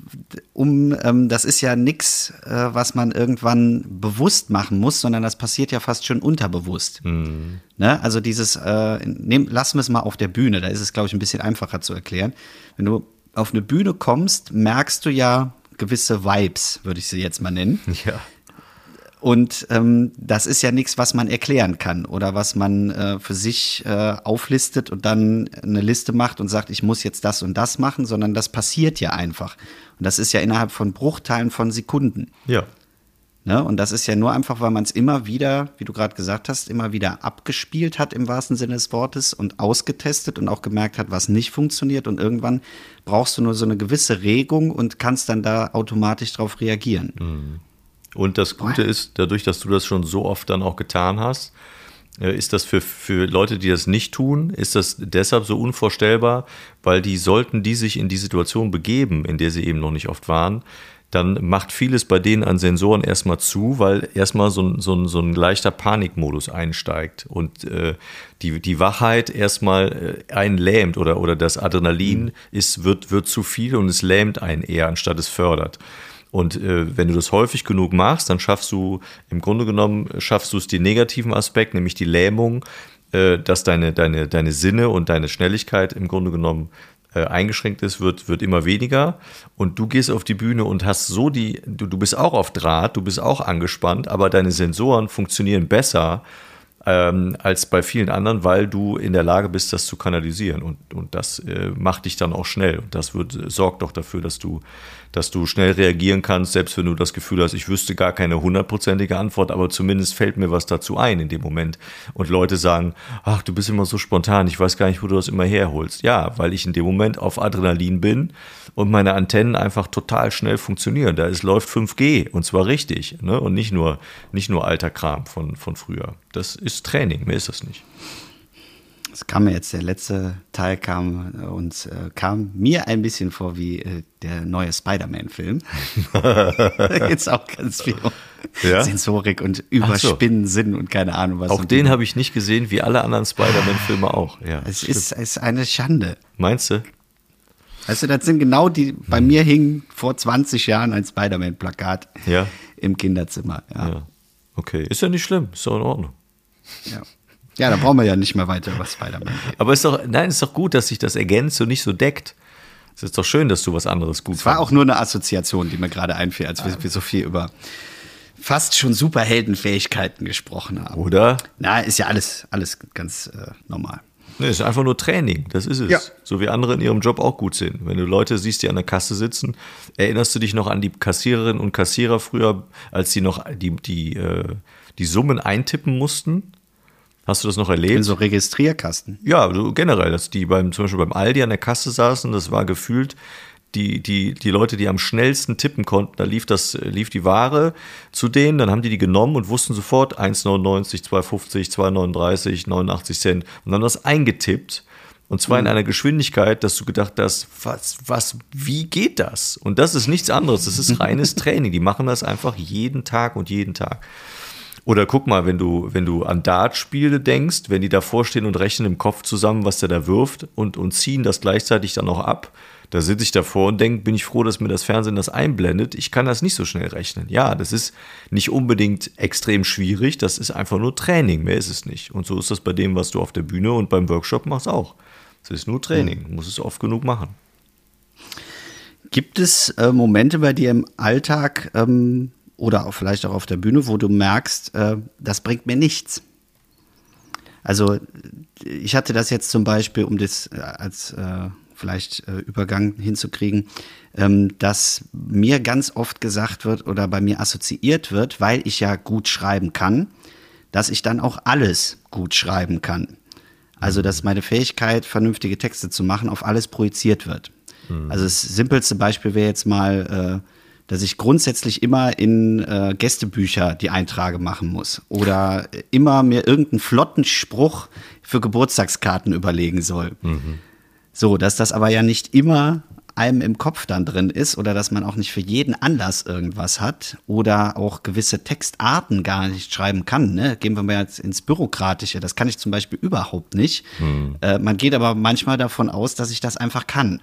das ist ja nichts, was man irgendwann bewusst machen muss, sondern das passiert ja fast schon unterbewusst. Ne? Also dieses, lassen wir es mal auf der Bühne, da ist es, glaube ich, ein bisschen einfacher zu erklären. Wenn du auf eine Bühne kommst, merkst du ja gewisse Vibes, würde ich sie jetzt mal nennen. Ja. Und das ist ja nichts, was man erklären kann oder was man für sich auflistet und dann eine Liste macht und sagt, ich muss jetzt das und das machen, sondern das passiert ja einfach. Und das ist ja innerhalb von Bruchteilen von Sekunden. Ja. Ne? Und das ist ja nur einfach, weil man es immer wieder, wie du gerade gesagt hast, immer wieder abgespielt hat im wahrsten Sinne des Wortes und ausgetestet und auch gemerkt hat, was nicht funktioniert. Und irgendwann brauchst du nur so eine gewisse Regung und kannst dann da automatisch drauf reagieren. Und das Gute ist, dadurch, dass du das schon so oft dann auch getan hast, ist das für Leute, die das nicht tun, ist das deshalb so unvorstellbar, weil die sich in die Situation begeben, in der sie eben noch nicht oft waren, dann macht vieles bei denen an Sensoren erstmal zu, weil erstmal so ein leichter Panikmodus einsteigt und die Wachheit erstmal einen lähmt oder das Adrenalin wird zu viel und es lähmt einen eher, anstatt es fördert. Und wenn du das häufig genug machst, dann schaffst du es den negativen Aspekt, nämlich die Lähmung, dass deine Sinne und deine Schnelligkeit im Grunde genommen eingeschränkt ist, wird immer weniger. Und du gehst auf die Bühne und hast du bist auch auf Draht, du bist auch angespannt, aber deine Sensoren funktionieren besser als bei vielen anderen, weil du in der Lage bist, das zu kanalisieren. Und das macht dich dann auch schnell. Und das sorgt doch dafür, dass du schnell reagieren kannst, selbst wenn du das Gefühl hast, ich wüsste gar keine 100%ige Antwort, aber zumindest fällt mir was dazu ein in dem Moment. Und Leute sagen, ach, du bist immer so spontan, ich weiß gar nicht, wo du das immer herholst. Ja, weil ich in dem Moment auf Adrenalin bin und meine Antennen einfach total schnell funktionieren. Es läuft 5G und zwar richtig, ne? Und nicht nur alter Kram von früher. Das ist Training, mehr ist das nicht. Es kam mir jetzt, der letzte Teil kam mir ein bisschen vor wie der neue Spider-Man-Film. Da geht es auch ganz viel um Sensorik und Überspinnen, Sinn und keine Ahnung was. Auch den habe ich nicht gesehen, wie alle anderen Spider-Man-Filme auch. Ja, es ist eine Schande. Meinst du? Weißt du, das sind genau die, bei mir hing vor 20 Jahren ein Spider-Man-Plakat im Kinderzimmer. Ja. Okay, ist ja nicht schlimm, ist doch in Ordnung. Ja, da brauchen wir ja nicht mehr weiter über Spider-Man reden. Aber ist doch gut, dass sich das ergänzt und nicht so deckt. Es ist doch schön, dass du was anderes gut findest. Es war auch nur eine Assoziation, die mir gerade einfiel, als wir so viel über fast schon Superheldenfähigkeiten gesprochen haben. Oder? Na, ist ja alles ganz normal. Nee, ist einfach nur Training, das ist es. Ja. So wie andere in ihrem Job auch gut sind. Wenn du Leute siehst, die an der Kasse sitzen, erinnerst du dich noch an die Kassiererinnen und Kassierer früher, als sie noch die Summen eintippen mussten? Hast du das noch erlebt? In so Registrierkasten. Ja, generell, dass die zum Beispiel beim Aldi an der Kasse saßen, das war gefühlt die Leute, die am schnellsten tippen konnten, da lief die Ware zu denen, dann haben die genommen und wussten sofort 1,99, 2,50, 2,39, 89 Cent und dann das eingetippt. Und zwar in einer Geschwindigkeit, dass du gedacht hast, wie geht das? Und das ist nichts anderes, das ist reines Training. Die machen das einfach jeden Tag und jeden Tag. Oder guck mal, wenn du an Dartspiele denkst, wenn die davor stehen und rechnen im Kopf zusammen, was der da wirft und ziehen das gleichzeitig dann auch ab, da sitze ich davor und denke, bin ich froh, dass mir das Fernsehen das einblendet. Ich kann das nicht so schnell rechnen. Ja, das ist nicht unbedingt extrem schwierig, das ist einfach nur Training, mehr ist es nicht. Und so ist das bei dem, was du auf der Bühne und beim Workshop machst auch. Es ist nur Training, du musst es oft genug machen. Gibt es Momente bei dir im Alltag, oder auch vielleicht auch auf der Bühne, wo du merkst, das bringt mir nichts? Also ich hatte das jetzt zum Beispiel, um das als vielleicht Übergang hinzukriegen, dass mir ganz oft gesagt wird oder bei mir assoziiert wird, weil ich ja gut schreiben kann, dass ich dann auch alles gut schreiben kann. Also dass meine Fähigkeit, vernünftige Texte zu machen, auf alles projiziert wird. Also das simpelste Beispiel wäre jetzt mal dass ich grundsätzlich immer in Gästebücher die Einträge machen muss oder immer mir irgendeinen flotten Spruch für Geburtstagskarten überlegen soll. So, dass das aber ja nicht immer einem im Kopf dann drin ist oder dass man auch nicht für jeden Anlass irgendwas hat oder auch gewisse Textarten gar nicht schreiben kann. Ne? Gehen wir mal jetzt ins Bürokratische. Das kann ich zum Beispiel überhaupt nicht. Man geht aber manchmal davon aus, dass ich das einfach kann.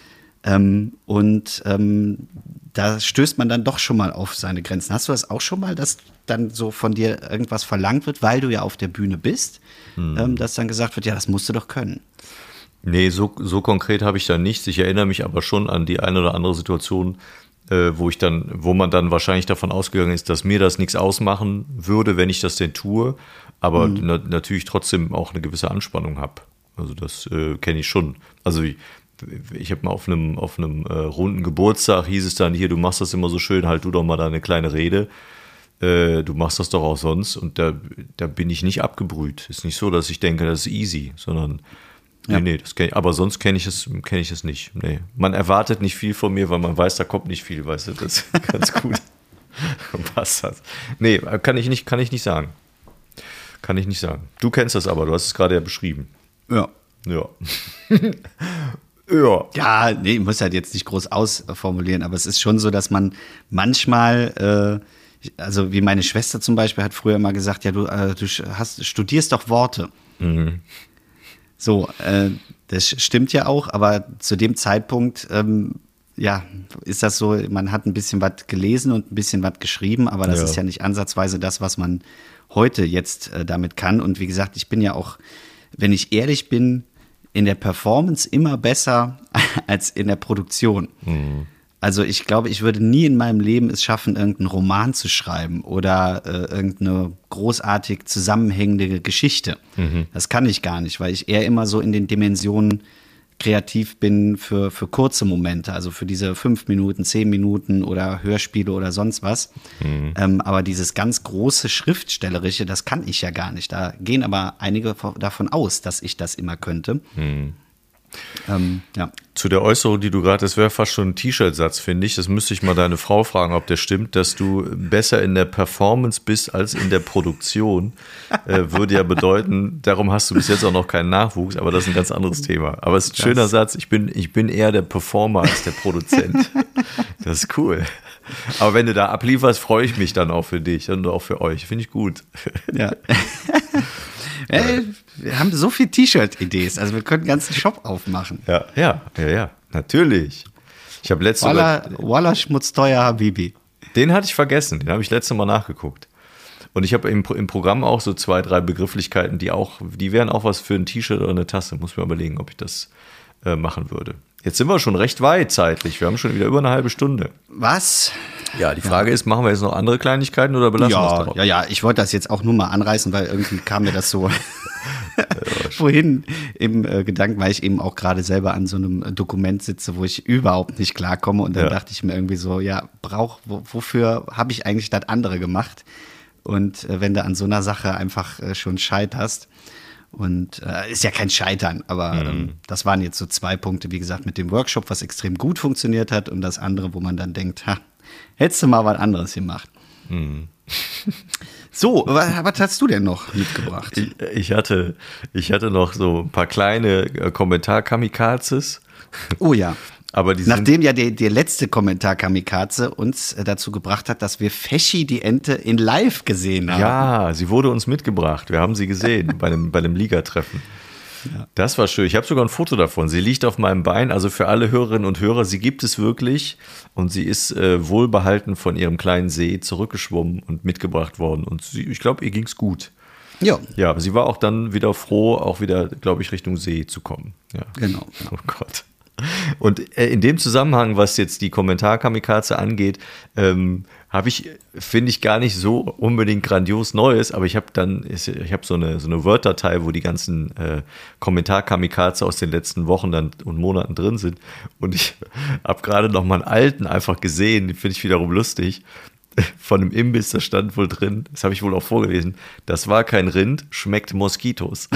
Da stößt man dann doch schon mal auf seine Grenzen. Hast du das auch schon mal, dass dann so von dir irgendwas verlangt wird, weil du ja auf der Bühne bist, dass dann gesagt wird, ja, das musst du doch können? Nee, so konkret habe ich da nichts. Ich erinnere mich aber schon an die eine oder andere Situation, wo man dann wahrscheinlich davon ausgegangen ist, dass mir das nichts ausmachen würde, wenn ich das denn tue, aber natürlich trotzdem auch eine gewisse Anspannung habe. Also das kenne ich schon. Also ich habe mal auf einem runden Geburtstag hieß es dann, hier, du machst das immer so schön, halt du doch mal da eine kleine Rede. Du machst das doch auch sonst. Und da bin ich nicht abgebrüht. Ist nicht so, dass ich denke, das ist easy, sondern nee, das kenn ich, aber sonst kenne ich es nicht. Nee. Man erwartet nicht viel von mir, weil man weiß, da kommt nicht viel, weißt du, das ist ganz gut. Passt das. Nee, kann ich nicht sagen. Kann ich nicht sagen. Du kennst das aber, du hast es gerade ja beschrieben. Ja. Ja. Ja, nee, ich muss halt jetzt nicht groß ausformulieren, aber es ist schon so, dass man manchmal, also wie meine Schwester zum Beispiel hat früher mal gesagt, ja, du studierst doch Worte. Mhm. So, das stimmt ja auch, aber zu dem Zeitpunkt, ist das so, man hat ein bisschen was gelesen und ein bisschen was geschrieben, aber das ist ja nicht ansatzweise das, was man heute jetzt damit kann. Und wie gesagt, ich bin ja auch, wenn ich ehrlich bin, in der Performance immer besser als in der Produktion. Mhm. Also ich glaube, ich würde nie in meinem Leben es schaffen, irgendeinen Roman zu schreiben oder irgendeine großartig zusammenhängende Geschichte. Mhm. Das kann ich gar nicht, weil ich eher immer so in den Dimensionen kreativ bin für kurze Momente, also für diese 5 Minuten, 10 Minuten oder Hörspiele oder sonst was. Mhm. Aber dieses ganz große Schriftstellerische, das kann ich ja gar nicht. Da gehen aber einige davon aus, dass ich das immer könnte. Mhm. Zu der Äußerung, die du gerade, das wäre fast schon ein T-Shirt-Satz, finde ich. Das müsste ich mal deine Frau fragen, ob der stimmt, dass du besser in der Performance bist als in der Produktion. Würde ja bedeuten, darum hast du bis jetzt auch noch keinen Nachwuchs, aber das ist ein ganz anderes Thema. Aber es ist ein schöner Satz, ich bin eher der Performer als der Produzent. Das ist cool. Aber wenn du da ablieferst, freue ich mich dann auch für dich und auch für euch. Finde ich gut. Ja. Wir haben so viele T-Shirt-Ideen, also wir können einen ganzen Shop aufmachen. Ja, natürlich. Ich habe Walla schmutzteuer Habibi. Den hatte ich vergessen, den habe ich letztes Mal nachgeguckt. Und ich habe im Programm auch so 2, 3 Begrifflichkeiten, die wären auch was für ein T-Shirt oder eine Tasse. Muss mir überlegen, ob ich das machen würde. Jetzt sind wir schon recht weit zeitlich. Wir haben schon wieder über eine halbe Stunde. Was? Ja, die Frage ist, machen wir jetzt noch andere Kleinigkeiten oder belassen wir es darauf? Ja, ich wollte das jetzt auch nur mal anreißen, weil irgendwie kam mir das so vorhin im Gedanken, weil ich eben auch gerade selber an so einem Dokument sitze, wo ich überhaupt nicht klarkomme. Und dann dachte ich mir irgendwie so, wofür habe ich eigentlich das andere gemacht? Und wenn du an so einer Sache einfach schon scheiterst, und ist ja kein Scheitern, aber das waren jetzt so 2 Punkte, wie gesagt, mit dem Workshop, was extrem gut funktioniert hat, und das andere, wo man dann denkt, hättest du mal was anderes gemacht. Mhm. So, was hast du denn noch mitgebracht? Ich hatte noch so ein paar kleine Kommentar-Kamikazes. Oh ja. Aber nachdem ja der letzte Kommentar-Kamikaze uns dazu gebracht hat, dass wir Feschi die Ente in live gesehen haben. Ja, sie wurde uns mitgebracht. Wir haben sie gesehen bei einem Ligatreffen. Ja. Das war schön. Ich habe sogar ein Foto davon. Sie liegt auf meinem Bein. Also für alle Hörerinnen und Hörer, sie gibt es wirklich. Und sie ist wohlbehalten von ihrem kleinen See zurückgeschwommen und mitgebracht worden. Und ich glaube, ihr ging es gut. Ja. Ja, aber sie war auch dann wieder froh, auch wieder, glaube ich, Richtung See zu kommen. Ja. Genau. Ja. Oh Gott. Und in dem Zusammenhang, was jetzt die Kommentar-Kamikaze angeht, finde ich gar nicht so unbedingt grandios Neues, aber ich habe so eine Word-Datei, wo die ganzen Kommentar-Kamikaze aus den letzten Wochen und Monaten drin sind, und ich habe gerade noch mal einen alten einfach gesehen, den finde ich wiederum lustig, von einem Imbiss, da stand wohl drin, das habe ich wohl auch vorgelesen, das war kein Rind, schmeckt Moskitos.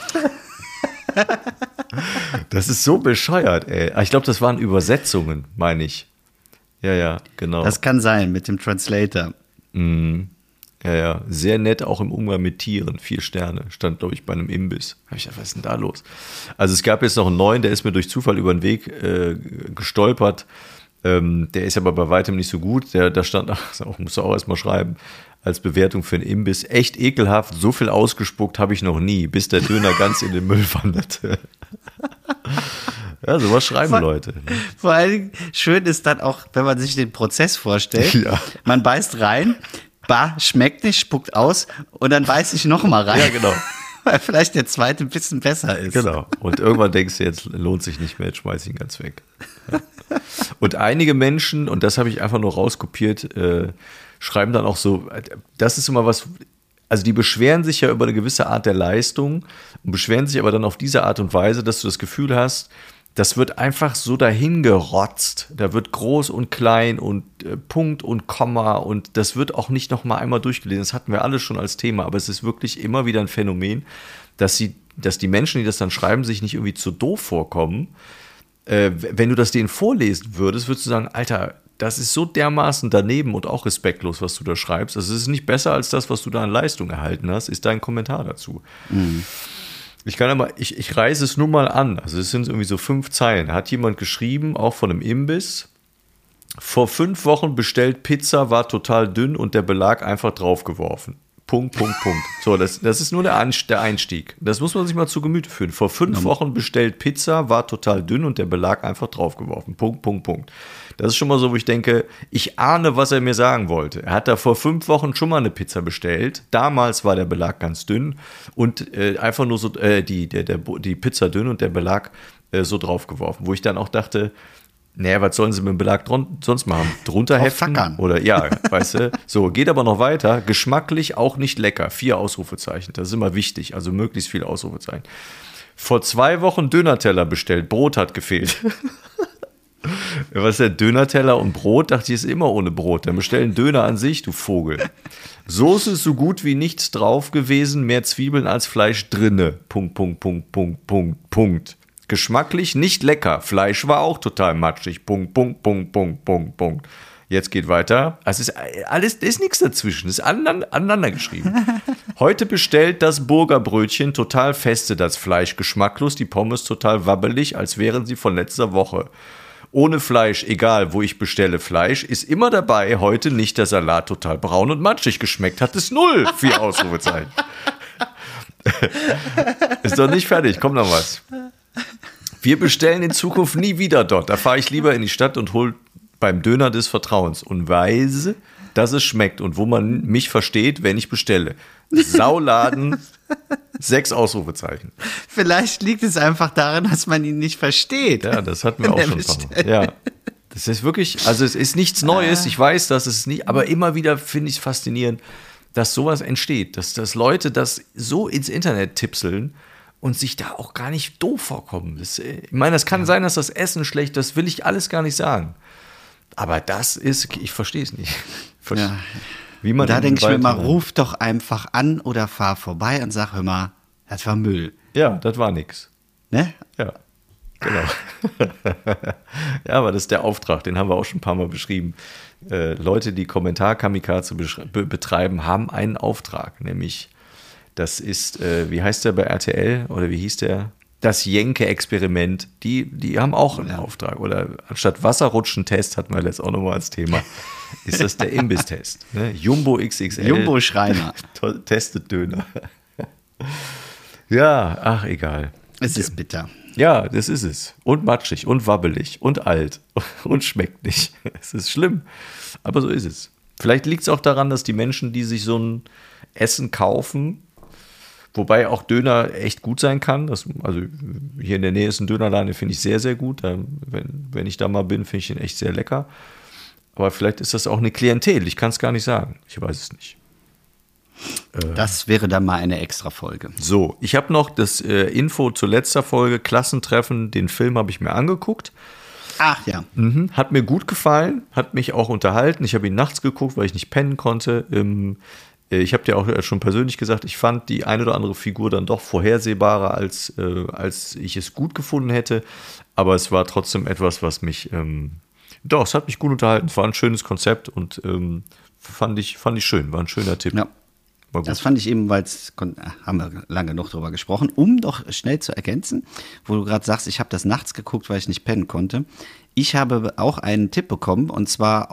Das ist so bescheuert, ey. Ich glaube, das waren Übersetzungen, meine ich. Ja, genau. Das kann sein, mit dem Translator. Ja, ja, sehr nett, auch im Umgang mit Tieren. 4 Sterne, stand, glaube ich, bei einem Imbiss. Habe ich gedacht, was ist denn da los? Also es gab jetzt noch einen neuen, der ist mir durch Zufall über den Weg gestolpert. Der ist aber bei weitem nicht so gut. Da stand, musst du auch erstmal schreiben, als Bewertung für einen Imbiss, echt ekelhaft, so viel ausgespuckt habe ich noch nie, bis der Döner ganz in den Müll wanderte. Ja, sowas schreiben Leute. Vor allem schön ist dann auch, wenn man sich den Prozess vorstellt, Ja. Man beißt rein, schmeckt nicht, spuckt aus und dann beiß ich noch mal rein. Ja, genau. Weil vielleicht der zweite ein bisschen besser ist. Genau. Und irgendwann denkst du, jetzt lohnt sich nicht mehr, jetzt schmeiß ich ihn ganz weg. Ja. Und einige Menschen, und das habe ich einfach nur rauskopiert, schreiben dann auch so, das ist immer was, also die beschweren sich ja über eine gewisse Art der Leistung und beschweren sich aber dann auf diese Art und Weise, dass du das Gefühl hast, das wird einfach so dahingerotzt. Da wird groß und klein und Punkt und Komma und das wird auch nicht noch mal einmal durchgelesen. Das hatten wir alle schon als Thema, aber es ist wirklich immer wieder ein Phänomen, dass die Menschen, die das dann schreiben, sich nicht irgendwie zu doof vorkommen. Wenn du das denen vorlesen würdest, würdest du sagen, Alter, das ist so dermaßen daneben und auch respektlos, was du da schreibst. Also es ist nicht besser als das, was du da an Leistung erhalten hast, ist dein Kommentar dazu. Mhm. Ich reiße es nur mal an. Also es sind irgendwie so 5 Zeilen. Da hat jemand geschrieben, auch von einem Imbiss. Vor 5 Wochen bestellt Pizza, war total dünn und der Belag einfach draufgeworfen. Punkt. So, das ist nur der Einstieg. Das muss man sich mal zu Gemüte führen. Vor 5 Wochen bestellt Pizza, war total dünn und der Belag einfach draufgeworfen. Punkt. Das ist schon mal so, wo ich denke, ich ahne, was er mir sagen wollte. Er hat da vor 5 Wochen schon mal eine Pizza bestellt. Damals war der Belag ganz dünn und einfach nur so die Pizza dünn und der Belag so draufgeworfen. Wo ich dann auch dachte, naja, was sollen sie mit dem Belag sonst machen? Drunter heften? Oder ja, weißt du. So, geht aber noch weiter. Geschmacklich auch nicht lecker. 4 Ausrufezeichen. Das ist immer wichtig. Also möglichst viele Ausrufezeichen. Vor 2 Wochen Dönerteller bestellt. Brot hat gefehlt. Was ist der Dönerteller und Brot? Dachte ich, ist immer ohne Brot. Dann bestellen Döner an sich, du Vogel. Soße ist so gut wie nichts drauf gewesen. Mehr Zwiebeln als Fleisch drinne. Punkt. Geschmacklich nicht lecker. Fleisch war auch total matschig. Punkt. Jetzt geht weiter. Es ist alles, ist nichts dazwischen. Es ist aneinander geschrieben. Heute bestellt das Burgerbrötchen total feste, das Fleisch geschmacklos, die Pommes total wabbelig, als wären sie von letzter Woche. Ohne Fleisch, egal wo ich bestelle Fleisch, ist immer dabei. Heute nicht der Salat total braun und matschig geschmeckt. Hat es 0. 4 Ausrufezeichen. Ist doch nicht fertig. Kommt noch was. Wir bestellen in Zukunft nie wieder dort. Da fahre ich lieber in die Stadt und hole beim Döner des Vertrauens und weiß, dass es schmeckt und wo man mich versteht, wenn ich bestelle. Sauladen, 6 Ausrufezeichen. Vielleicht liegt es einfach daran, dass man ihn nicht versteht. Ja, das hatten wir auch schon. Ja, das ist wirklich, also es ist nichts Neues. Ich weiß, dass es nicht, aber immer wieder finde ich es faszinierend, dass sowas entsteht, dass Leute das so ins Internet tipseln und sich da auch gar nicht doof vorkommen. Ich meine, das kann sein, dass das Essen schlecht ist, das will ich alles gar nicht sagen. Aber das ist, ich verstehe es nicht. Ja. Wie man da denke ich mir mal, ruf doch einfach an oder fahr vorbei und sag, hör mal, das war Müll. Ja, das war nix. Ne? Ja, genau. Ja, aber das ist der Auftrag, den haben wir auch schon ein paar Mal beschrieben. Leute, die Kommentar-Kamikaze betreiben, haben einen Auftrag, nämlich das ist, wie heißt der bei RTL oder wie hieß der? Das Jenke-Experiment, die haben auch einen Auftrag. Oder anstatt Wasserrutschen-Test, hatten wir jetzt auch nochmal als Thema, ist das der Imbiss-Test. Ne? Jumbo XXL. Jumbo Schreiner. Testet Döner. Ja, ach, egal. Es ist bitter. Ja, das ist es. Und matschig und wabbelig und alt und schmeckt nicht. Es ist schlimm, aber so ist es. Vielleicht liegt es auch daran, dass die Menschen, die sich so ein Essen kaufen, wobei auch Döner echt gut sein kann. Also hier in der Nähe ist ein Dönerladen, den finde ich sehr, sehr gut. Wenn ich da mal bin, finde ich ihn echt sehr lecker. Aber vielleicht ist das auch eine Klientel. Ich kann es gar nicht sagen. Ich weiß es nicht. Das wäre dann mal eine extra Folge. So, ich habe noch das Info zur letzter Folge, Klassentreffen. Den Film habe ich mir angeguckt. Ach ja. Hat mir gut gefallen, hat mich auch unterhalten. Ich habe ihn nachts geguckt, weil ich nicht pennen konnte. Ich habe dir auch schon persönlich gesagt, ich fand die eine oder andere Figur dann doch vorhersehbarer, als ich es gut gefunden hätte. Aber es war trotzdem etwas, was mich, es hat mich gut unterhalten. Es war ein schönes Konzept und fand ich schön, war ein schöner Tipp. Ja. War gut. Das fand ich eben, haben wir lange genug drüber gesprochen, um doch schnell zu ergänzen, wo du gerade sagst, ich habe das nachts geguckt, weil ich nicht pennen konnte. Ich habe auch einen Tipp bekommen, und zwar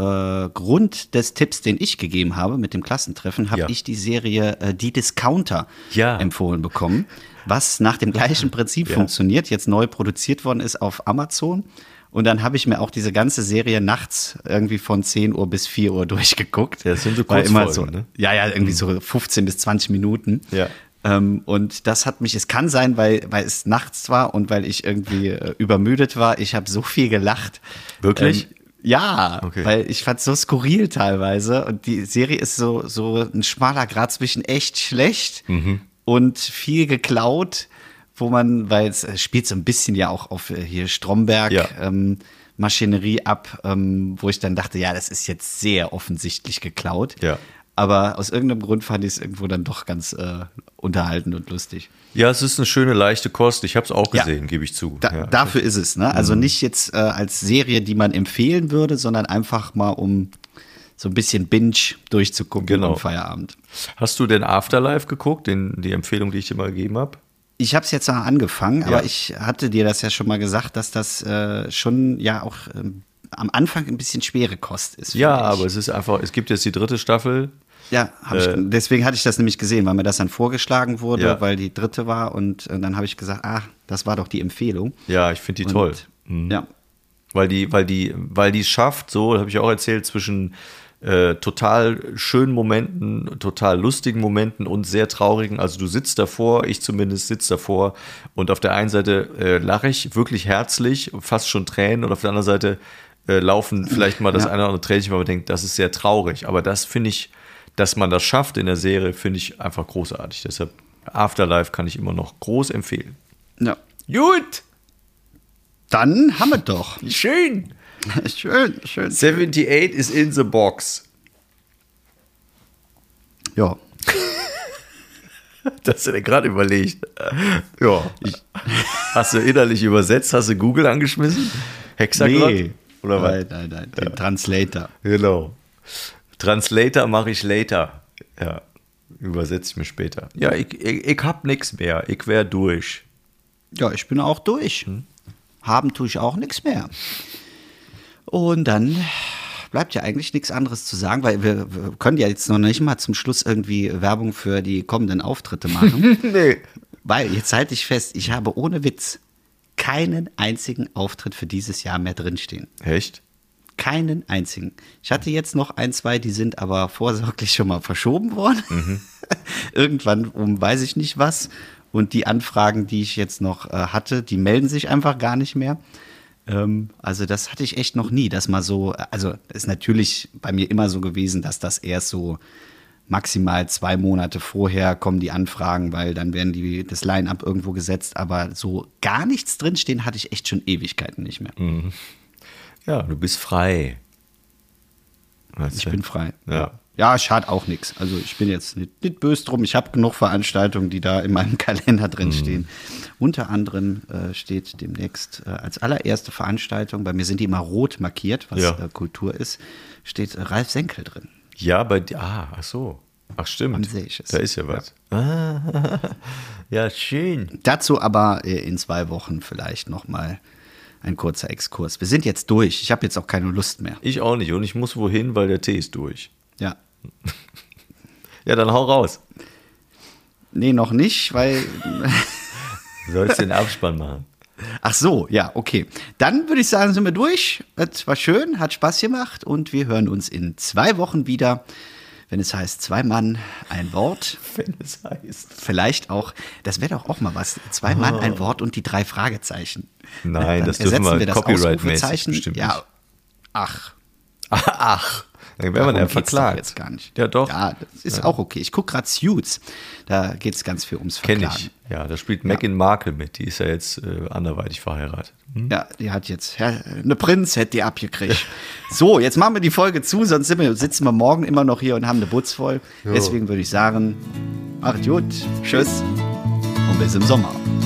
Grund des Tipps, den ich gegeben habe mit dem Klassentreffen, habe ich die Serie Die Discounter empfohlen bekommen, was nach dem gleichen Prinzip funktioniert, jetzt neu produziert worden ist auf Amazon. Und dann habe ich mir auch diese ganze Serie nachts irgendwie von 10 Uhr bis 4 Uhr durchgeguckt. Ja, das sind so Kurzfolgen, so, ne? Ja, irgendwie so 15 bis 20 Minuten. Ja. Und das hat mich, es kann sein, weil es nachts war und weil ich irgendwie übermüdet war. Ich habe so viel gelacht. Wirklich? Ja, Okay. weil ich fand es so skurril teilweise. Und die Serie ist so ein schmaler Grad zwischen echt schlecht und viel geklaut, weil es spielt so ein bisschen ja auch auf hier Stromberg Maschinerie ab, wo ich dann dachte, ja, das ist jetzt sehr offensichtlich geklaut. Ja. Aber aus irgendeinem Grund fand ich es irgendwo dann doch ganz unterhaltend und lustig. Ja, es ist eine schöne, leichte Kost. Ich habe es auch gesehen, gebe ich zu. Dafür ist es, ne? Also nicht jetzt als Serie, die man empfehlen würde, sondern einfach mal, um so ein bisschen Binge durchzugucken am Feierabend. Hast du denn Afterlife geguckt, die Empfehlung, die ich dir mal gegeben habe? Ich habe es jetzt mal angefangen, aber ich hatte dir das ja schon mal gesagt, dass das schon ja auch am Anfang ein bisschen schwere Kost ist. Ja, aber es ist einfach, es gibt jetzt die 3. Staffel. Ja, deswegen hatte ich das nämlich gesehen, weil mir das dann vorgeschlagen wurde, weil die 3. war, und dann habe ich gesagt, das war doch die Empfehlung. Ja, ich finde die toll. Ja. Weil die es schafft, so habe ich auch erzählt, zwischen total schönen Momenten, total lustigen Momenten und sehr traurigen. Also du sitzt davor, ich zumindest sitze davor, und auf der einen Seite lache ich wirklich herzlich, fast schon Tränen, und auf der anderen Seite laufen vielleicht mal das eine oder andere Tränchen, weil man denkt, das ist sehr traurig. Aber das finde ich, dass man das schafft in der Serie, finde ich einfach großartig. Deshalb Afterlife kann ich immer noch groß empfehlen. Ja. Gut! Dann haben wir doch. Schön! Schön. 78 is in the box. Ja. Das hast du dir gerade überlegt. Ja. Hast du innerlich übersetzt? Hast du Google angeschmissen? Hexagon? Nee. Oder was? Nein. Den Translator. Genau. Translator mache ich later. Ja. Übersetze ich mir später. Ja, ich hab nichts mehr. Ich wär durch. Ja, ich bin auch durch. Haben tue ich auch nichts mehr. Und dann bleibt ja eigentlich nichts anderes zu sagen, weil wir können ja jetzt noch nicht mal zum Schluss irgendwie Werbung für die kommenden Auftritte machen. Nee. Weil, jetzt halte ich fest, ich habe ohne Witz keinen einzigen Auftritt für dieses Jahr mehr drinstehen. Echt? Keinen einzigen. Ich hatte jetzt noch 1, 2, die sind aber vorsorglich schon mal verschoben worden. Irgendwann weiß ich nicht was. Und die Anfragen, die ich jetzt noch hatte, die melden sich einfach gar nicht mehr. Also das hatte ich echt noch nie, dass mal so, also ist natürlich bei mir immer so gewesen, dass das erst so maximal 2 Monate vorher kommen die Anfragen, weil dann werden das Line-Up irgendwo gesetzt, aber so gar nichts drinstehen hatte ich echt schon Ewigkeiten nicht mehr. Ja, du bist frei. Ich bin frei. Ja. Ja, schadet auch nichts. Also ich bin jetzt nicht böse drum. Ich habe genug Veranstaltungen, die da in meinem Kalender drin stehen. Unter anderem steht demnächst als allererste Veranstaltung, bei mir sind die immer rot markiert, was Kultur ist, steht Ralf Senkel drin. Ja, ach so. Ach stimmt, Dann sehe ich es. da ist ja was. Ja, schön. Dazu aber in 2 Wochen vielleicht nochmal ein kurzer Exkurs. Wir sind jetzt durch. Ich habe jetzt auch keine Lust mehr. Ich auch nicht, und ich muss wohin, weil der Tee ist durch. Ja. Ja, dann hau raus. Nee, noch nicht, weil... Sollst den Abspann machen. Ach so, ja, okay. Dann würde ich sagen, sind wir durch. Es war schön, hat Spaß gemacht, und wir hören uns in 2 Wochen wieder, wenn es heißt 2 Mann, ein Wort. Wenn es heißt. Vielleicht auch, das wäre doch auch mal was, 2 Mann, ein Wort und die 3 Fragezeichen. Nein, Dann das dürfen wir das copyright-mäßig Ausrufezeichen. bestimmt Ja, nicht. ach. Dann wäre man ja Darum geht's doch verklagt. jetzt gar nicht. Ja, doch. Ja, das ist auch okay. Ich gucke gerade Suits. Da geht es ganz viel ums Kenn Verklagen. ich. Ja, da spielt Meghan Markle mit. Die ist ja jetzt anderweitig verheiratet. Ja, die hat jetzt, eine Prinz hätte die abgekriegt. So, jetzt machen wir die Folge zu, sonst sitzen wir morgen immer noch hier und haben eine Butz voll. Deswegen würde ich sagen, macht gut, tschüss und bis im Sommer.